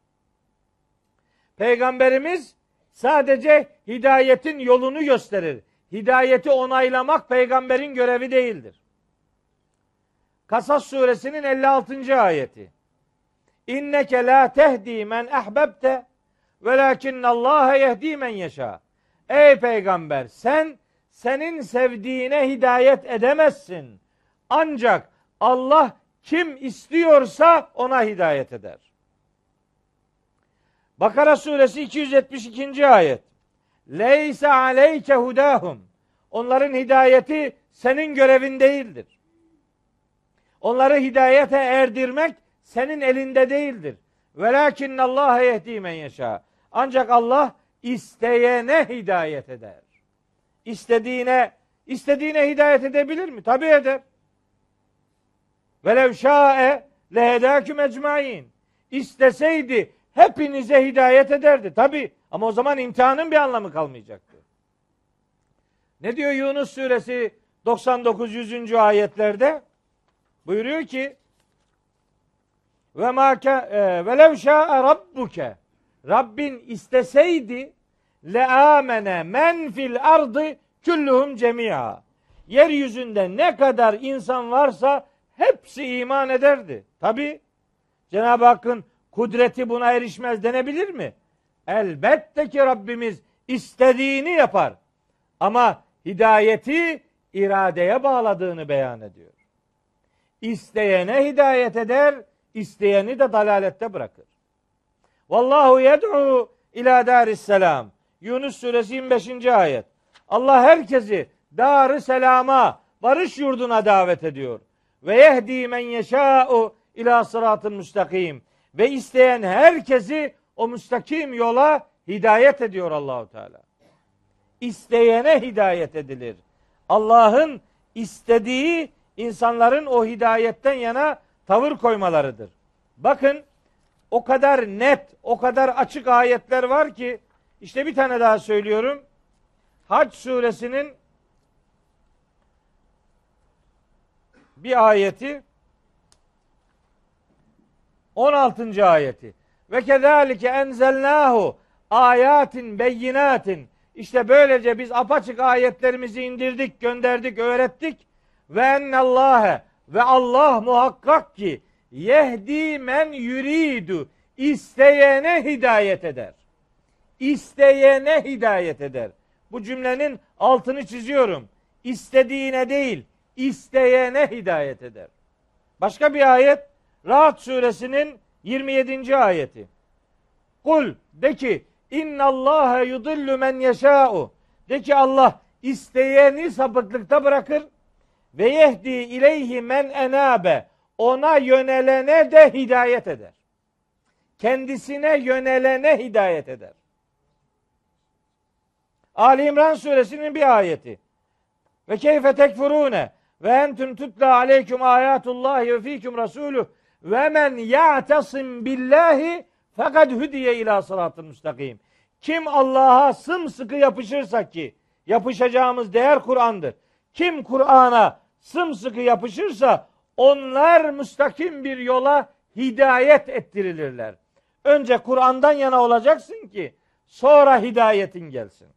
Peygamberimiz sadece hidayetin yolunu gösterir. Hidayeti onaylamak peygamberin görevi değildir. Kasas suresinin 56. ayeti. İnneke la tehdi men ahbebte velakinnallâhe yehdi men yeşâ. Ey peygamber, sen senin sevdiğine hidayet edemezsin. Ancak Allah Kim istiyorsa ona hidayet eder. Bakara suresi 272. ayet. Leyse aleyke hudahum. Onların hidayeti senin görevin değildir. Onları hidayete erdirmek senin elinde değildir. Velakinnallaha yehdi men yeşâ. Ancak Allah isteyene hidayet eder. İstediğine hidayet edebilir mi? Tabii eder. Velev şâe lehedâküm ecmaîn. İsteseydi hepinize hidayet ederdi. Tabii ama o zaman imtihanın bir anlamı kalmayacaktı. Ne diyor Yunus suresi 99-100. ayetlerde? Buyuruyor ki velev şâe rabbuke. Rabbin isteseydi le amene men fil ardı kulluhum cemia. Yeryüzünde ne kadar insan varsa hepsi iman ederdi. Tabi Cenab-ı Hakk'ın kudreti buna erişmez denebilir mi? Elbette ki Rabbimiz istediğini yapar. Ama hidayeti iradeye bağladığını beyan ediyor. İsteyene hidayet eder, isteyeni de dalalette bırakır. Vallahu yed'u ila darisselam. Yunus suresi 25. ayet. Allah herkesi dar-ı selama, barış yurduna davet ediyor. Ve yehdi men yeşâ'u ila sıratın müstakim. Ve isteyen herkesi o müstakim yola hidayet ediyor Allahu Teala. İsteyene hidayet edilir. Allah'ın istediği insanların o hidayetten yana tavır koymalarıdır. Bakın o kadar net, o kadar açık ayetler var ki işte bir tane daha söylüyorum. Hac suresinin bir ayeti 16. ayeti. Ve kezalike enzelnahu ayatin beyinatin. İşte böylece biz apaçık ayetlerimizi indirdik, gönderdik, öğrettik. Ve ennallâhe ve Allah muhakkak ki yehdi men yuridu. İsteyene hidayet eder. İsteyene hidayet eder. Bu cümlenin altını çiziyorum. İstediğine değil, isteyene hidayet eder. Başka bir ayet Ra'd suresinin 27. ayeti. Kul de ki innallâhe yudillu men yeşâ'u. De ki Allah isteyeni sapıklıkta bırakır ve yehdi ileyhi men enâbe. Ona yönelene de hidayet eder. Kendisine yönelene hidayet eder. Ali İmran suresinin bir ayeti. Ve keyfe tekfurune ve entüm tutla aleyküm ayatullahi ve fiküm rasulü ve men ya'tasim billahi fakat hüdiye ila sıratın müstakim. Kim Allah'a sımsıkı yapışırsa ki yapışacağımız değer Kur'an'dır. Kim Kur'an'a sımsıkı yapışırsa onlar müstakim bir yola hidayet ettirilirler. Önce Kur'an'dan yana olacaksın ki sonra hidayetin gelsin.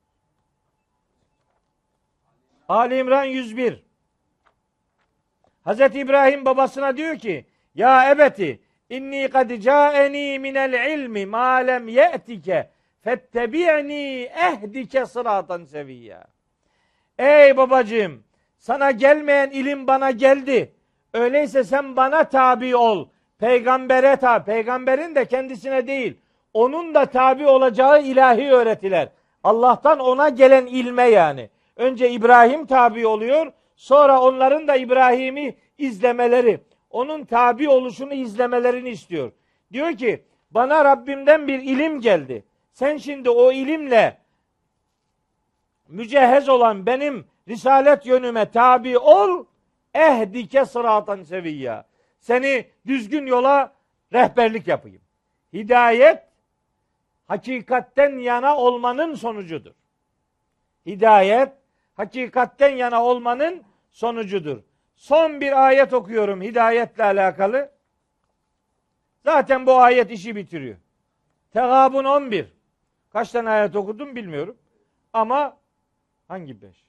Ali İmran 101. Hazreti İbrahim babasına diyor ki ya ebeti inni kad ca'eni minel ilmi ma lem ye'tike fettebi'ni ehdike sıratan seviyya. Ey babacığım sana gelmeyen ilim bana geldi. Öyleyse sen bana tabi ol. Peygambere tabi. Peygamberin de kendisine değil. Onun da tabi olacağı ilahi öğretiler. Allah'tan ona gelen ilme yani. Önce İbrahim tabi oluyor. Sonra onların da İbrahim'i izlemeleri, onun tabi oluşunu izlemelerini istiyor. Diyor ki bana Rabbimden bir ilim geldi. Sen şimdi o ilimle mücehhez olan benim risalet yönüme tabi ol. Ehdike sıratan seviyya. Seni düzgün yola rehberlik yapayım. Hidayet hakikatten yana olmanın sonucudur. Hidayet hakikatten yana olmanın sonucudur. Son bir ayet okuyorum hidayetle alakalı. Zaten bu ayet işi bitiriyor. Tegabun 11. Kaç tane ayet okudum bilmiyorum. Ama hangi 5?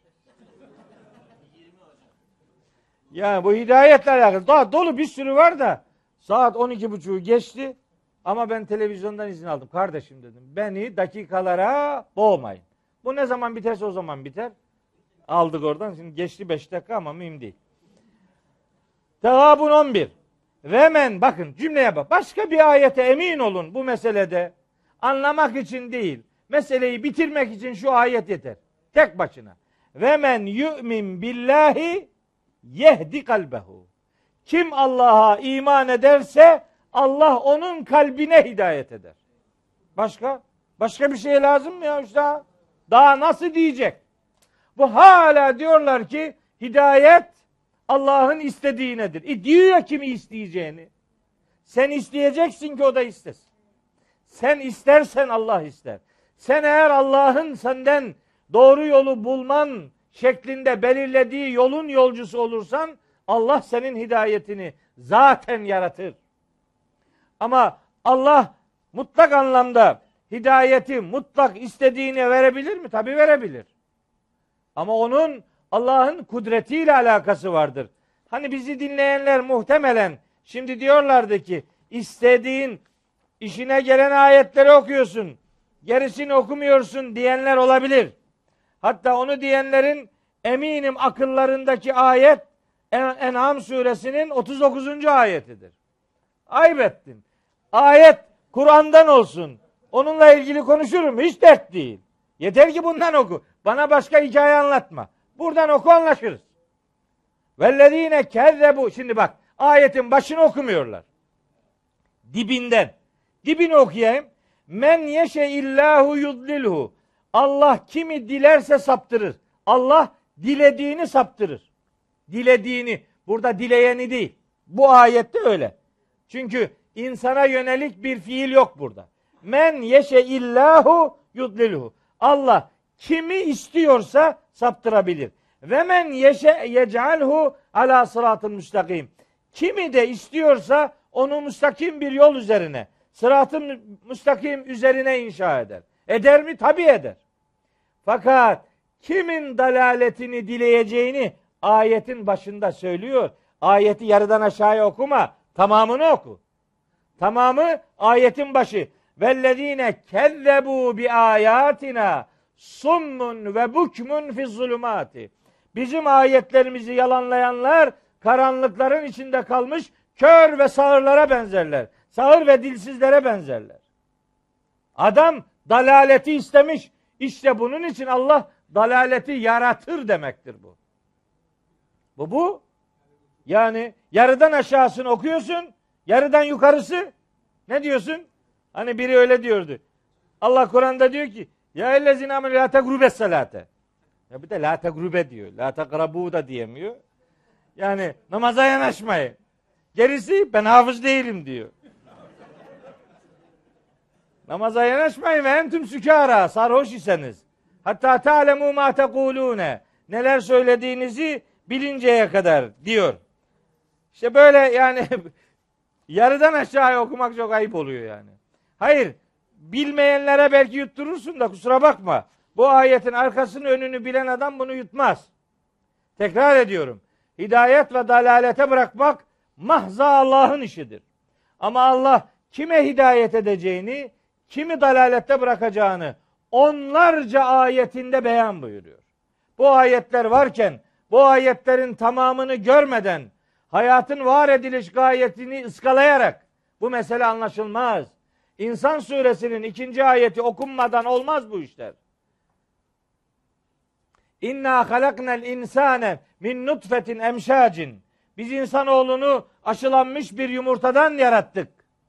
Yani bu hidayetle alakalı. Daha dolu bir sürü var da saat 12.30'u geçti. Ama ben televizyondan izin aldım. Kardeşim dedim. Beni dakikalara boğmayın. Bu ne zaman biterse o zaman biter. Aldık oradan. Şimdi geçti 5 dakika ama mühim değil. Tegabun 11. Ve men, bakın cümleye bak. Başka bir ayete emin olun bu meselede. Anlamak için değil. Meseleyi bitirmek için şu ayet yeter. Tek başına. Ve men yu'min billahi yehdi kalbehu. Kim Allah'a iman ederse Allah onun kalbine hidayet eder. Başka bir şey lazım mı ya işte? Daha nasıl diyecek? Bu hala diyorlar ki hidayet Allah'ın istediğinedir. Diyor ya kimi isteyeceğini. Sen isteyeceksin ki o da istesin. Sen istersen Allah ister. Sen eğer Allah'ın senden doğru yolu bulman şeklinde belirlediği yolun yolcusu olursan Allah senin hidayetini zaten yaratır. Ama Allah mutlak anlamda hidayeti mutlak istediğine verebilir mi? Tabii verebilir. Ama onun Allah'ın kudretiyle alakası vardır. Hani bizi dinleyenler muhtemelen şimdi diyorlardı ki istediğin işine gelen ayetleri okuyorsun, gerisini okumuyorsun diyenler olabilir. Hatta onu diyenlerin eminim akıllarındaki ayet En'am suresinin 39. ayetidir. Ayıp ettin. Ayet Kur'an'dan olsun. Onunla ilgili konuşurum. Hiç dert değil. Yeter ki bundan oku. Bana başka hikaye anlatma. Buradan oku anlaşırız. Vellezine kezzebu. Şimdi bak ayetin başını okumuyorlar. Dibinden. Dibini okuyayım. Men yeşe illahu yudlilhu. Allah kimi dilerse saptırır. Allah dilediğini saptırır. Dilediğini. Burada dileyeni değil. Bu ayette öyle. Çünkü insana yönelik bir fiil yok burada. Men yeşe illahu yudlilhu. Allah kimi istiyorsa saptırabilir. Ve men yeşe yec'alhu ala sıratın müstakim. Kimi de istiyorsa onu müstakim bir yol üzerine, sıratın müstakim üzerine inşa eder. Eder mi? Tabii eder. Fakat kimin dalaletini dileyeceğini ayetin başında söylüyor. Ayeti yarıdan aşağıya okuma. Tamamını oku. Tamamı ayetin başı. Vellezine kezzebu bi ayatina summun ve bukmun fi zulumati. Bizim ayetlerimizi yalanlayanlar karanlıkların içinde kalmış kör ve sağırlara benzerler. Sağır ve dilsizlere benzerler. Adam dalaleti istemiş. İşte bunun için Allah dalaleti yaratır demektir bu. Bu. Yani yarıdan aşağısını okuyorsun, yarıdan yukarısı ne diyorsun? Hani biri öyle diyordu. Allah Kur'an'da diyor ki ya ellezine amel la tegrubes salate. Ya bir de la tegrube diyor. La tegrabu da diyemiyor. Yani namaza yanaşmayın. Gerisi ben hafız değilim diyor. Namaza yanaşmayın ve entüm sükara, sarhoş iseniz. Hatta ta'lemu ma tekulune. Neler söylediğinizi bilinceye kadar diyor. İşte böyle yani yarıdan aşağıya okumak çok ayıp oluyor yani. Hayır, bilmeyenlere belki yutturursun da kusura bakma. Bu ayetin arkasını önünü bilen adam bunu yutmaz. Tekrar ediyorum. Hidayet ve dalalete bırakmak mahza Allah'ın işidir. Ama Allah kime hidayet edeceğini, kimi dalalette bırakacağını onlarca ayetinde beyan buyuruyor. Bu ayetler varken, bu ayetlerin tamamını görmeden, hayatın var ediliş gayetini ıskalayarak bu mesele anlaşılmaz. İnsan suresinin 2. ayeti okunmadan olmaz bu işler. İnna halaknel insane min nutfetin emşacin. Biz insanoğlunu aşılanmış bir yumurtadan yarattık.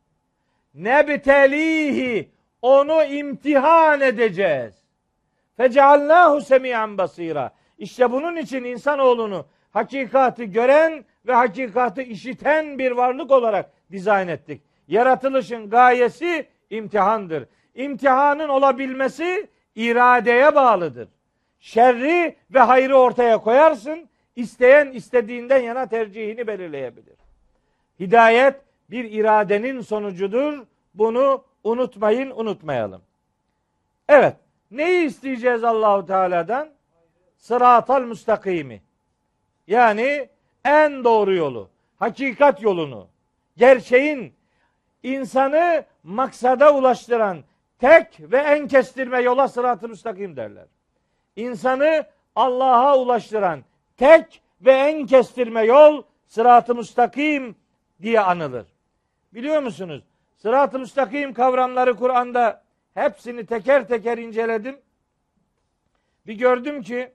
Nebtelihi, onu imtihan edeceğiz. Fecealnahu semi'an basira. İşte bunun için insanoğlunu hakikati gören ve hakikati işiten bir varlık olarak dizayn ettik. Yaratılışın gayesi imtihandır. İmtihanın olabilmesi iradeye bağlıdır. Şerri ve hayrı ortaya koyarsın, isteyen istediğinden yana tercihini belirleyebilir. Hidayet bir iradenin sonucudur. Bunu unutmayın, unutmayalım. Evet, neyi isteyeceğiz Allahu Teala'dan? Sıratal müstakimi. Yani en doğru yolu, hakikat yolunu, gerçeğin insanı maksada ulaştıran tek ve en kestirme yola sırat-ı müstakim derler. İnsanı Allah'a ulaştıran tek ve en kestirme yol sırat-ı müstakim diye anılır. Biliyor musunuz? Sırat-ı müstakim kavramları Kur'an'da hepsini teker teker inceledim. Bir gördüm ki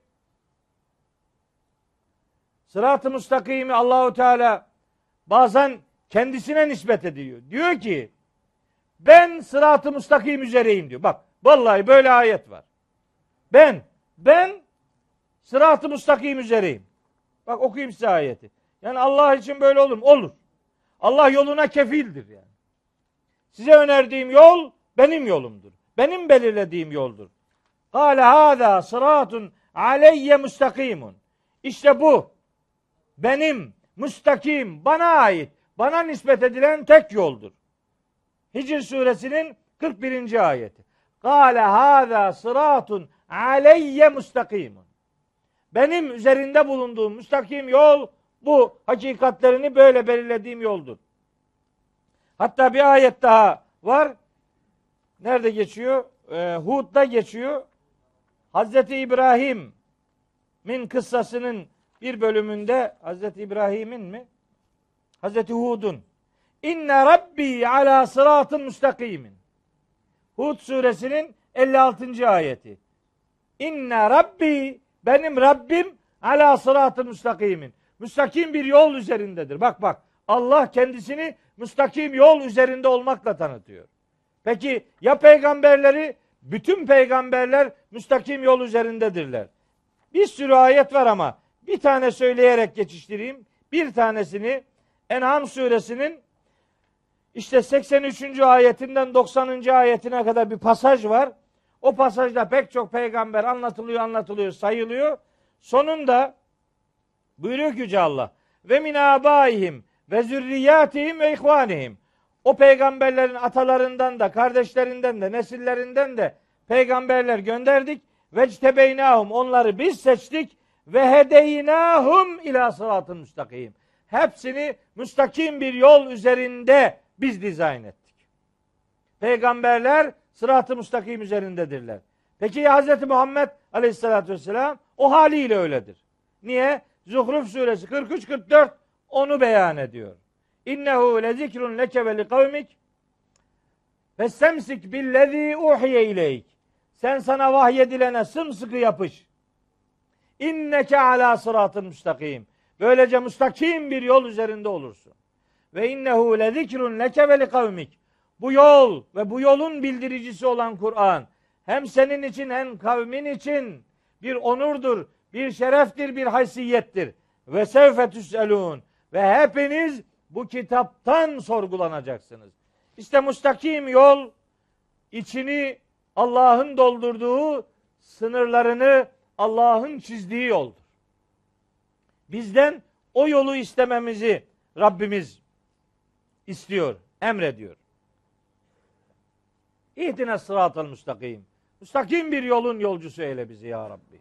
sırat-ı müstakimi Allahu Teala bazen kendisine nispet ediyor. Diyor ki ben sırat-ı müstakim üzereyim diyor. Bak vallahi böyle ayet var. Ben sırat-ı müstakim üzereyim. Bak okuyayım size ayeti. Yani Allah için böyle olur mu? Olur. Allah yoluna kefildir yani. Size önerdiğim yol benim yolumdur. Benim belirlediğim yoldur. Kâle hâzâ sıratun aleyye müstakimun. İşte bu benim müstakim, bana ait, bana nispet edilen tek yoldur. Hicr suresinin 41. ayeti. Kâle hâzâ sıratun aleyye müstakimun. Benim üzerinde bulunduğum müstakim yol bu. Hakikatlerini böyle belirlediğim yoldur. Hatta bir ayet daha var. Nerede geçiyor? Hud'da geçiyor. Hazreti İbrahim'in kıssasının bir bölümünde Hazreti İbrahim'in mi? Hazreti Hud'un. İnne Rabbi ala sıratın müstakimin. Hud suresinin 56. ayeti. İnne Rabbi, benim Rabbim ala sıratın müstakimin. Müstakim bir yol üzerindedir. Bak. Allah kendisini müstakim yol üzerinde olmakla tanıtıyor. Peki ya peygamberleri? Bütün peygamberler müstakim yol üzerindedirler. Bir sürü ayet var ama bir tane söyleyerek geçiştireyim. Bir tanesini En'am suresinin işte 83. ayetinden 90. ayetine kadar bir pasaj var. O pasajda pek çok peygamber anlatılıyor, sayılıyor. Sonunda buyuruyor ki Yüce Allah ve min abaihim ve zürriyatihim ve ihvanihim. O peygamberlerin atalarından da, kardeşlerinden de, nesillerinden de peygamberler gönderdik. Vectebeynahum, onları biz seçtik ve hedeynahum ila sıratın müstakim. Hepsini müstakim bir yol üzerinde biz dizayn ettik. Peygamberler sırat-ı müstakim üzerindedirler. Peki ya Hz. Muhammed Aleyhisselatü Vesselam o haliyle öyledir. Niye? Zuhruf suresi 43-44 onu beyan ediyor. İnnehu lezikrun leke ve li kavmik festemsik billezî uhiye ileyk. Sen sana vahyedilene sımsıkı yapış. İnneke ala sıratın müstakim. Böylece müstakim bir yol üzerinde olursun. Ve innehu lezikrun leke ve li kavmik. Bu yol ve bu yolun bildiricisi olan Kur'an hem senin için hem kavmin için bir onurdur, bir şereftir, bir haysiyettir. Ve sevfe tüselûn. Ve hepiniz bu kitaptan sorgulanacaksınız. İşte müstakim yol içini Allah'ın doldurduğu, sınırlarını Allah'ın çizdiği yoldur. Bizden o yolu istememizi Rabbimiz istiyor, emrediyor. İhdine sıratal müstakim. Müstakim bir yolun yolcusu eyle bizi ya Rabbi.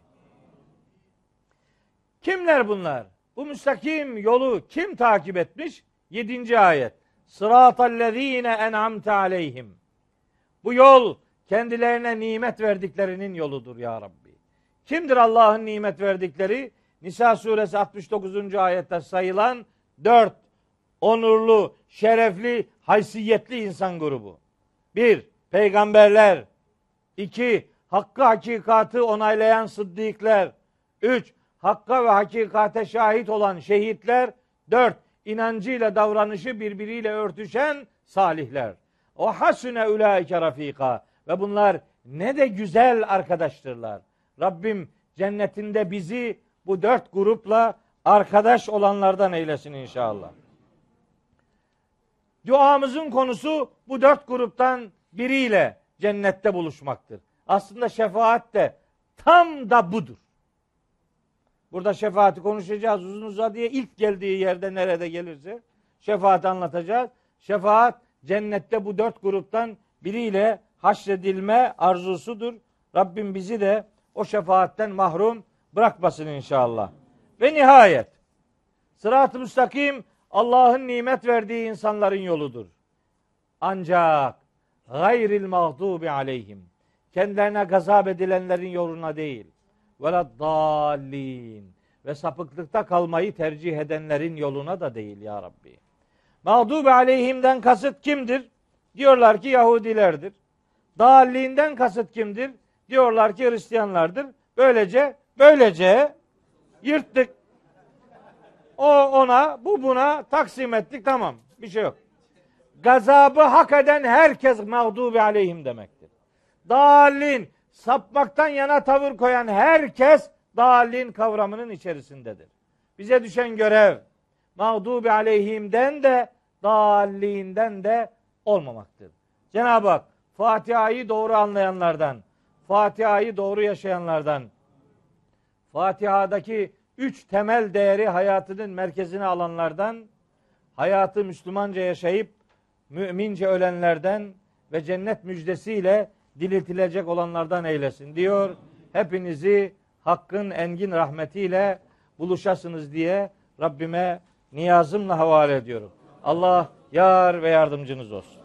Kimler bunlar? Bu müstakim yolu kim takip etmiş? 7. ayet. Sıratallezîne en'amte aleyhim. Bu yol kendilerine nimet verdiklerinin yoludur ya Rabbi. Kimdir Allah'ın nimet verdikleri? Nisa suresi 69. ayette sayılan 4 onurlu, şerefli, haysiyetli insan grubu. 1. Peygamberler. 2. Hakkı hakikatı onaylayan sıddıklar. 3. Hakka ve hakikate şahit olan şehitler. 4. İnancıyla davranışı birbiriyle örtüşen salihler. O hasune ulaike rafika. Ve bunlar ne de güzel arkadaştırlar. Rabbim cennetinde bizi bu 4 grupla arkadaş olanlardan eylesin inşallah. Duamızın konusu bu 4 gruptan biriyle cennette buluşmaktır. Aslında şefaat de tam da budur. Burada şefaati konuşacağız uzun uzadıya. İlk geldiği yerde nerede gelirse şefaati anlatacağız. Şefaat cennette bu 4 gruptan biriyle haşredilme arzusudur. Rabbim bizi de o şefaatten mahrum bırakmasın inşallah. Ve nihayet sırat-ı müstakim Allah'ın nimet verdiği insanların yoludur. Ancak gayril mağdubi aleyhim, kendilerine gazap edilenlerin yoluna değil, veleddallin, ve sapıklıkta kalmayı tercih edenlerin yoluna da değil ya Rabbi. Mağdubi aleyhimden kasıt kimdir? Diyorlar ki Yahudilerdir. Dâlliğinden kasıt kimdir? Diyorlar ki Hristiyanlardır. Böylece yırttık. O ona, bu buna taksim ettik, tamam. Bir şey yok. Gazabı hak eden herkes mağdubi aleyhim demektir. Dâllin, sapmaktan yana tavır koyan herkes dâllin kavramının içerisindedir. Bize düşen görev mağdubi aleyhimden de dâlliğinden de olmamaktır. Cenab-ı Hak Fatiha'yı doğru anlayanlardan, Fatiha'yı doğru yaşayanlardan, Fatiha'daki 3 temel değeri hayatının merkezine alanlardan, hayatı Müslümanca yaşayıp mümince ölenlerden ve cennet müjdesiyle diriltilecek olanlardan eylesin diyor. Hepinizi Hakk'ın engin rahmetiyle buluşasınız diye Rabbime niyazımla havale ediyorum. Allah yar ve yardımcınız olsun.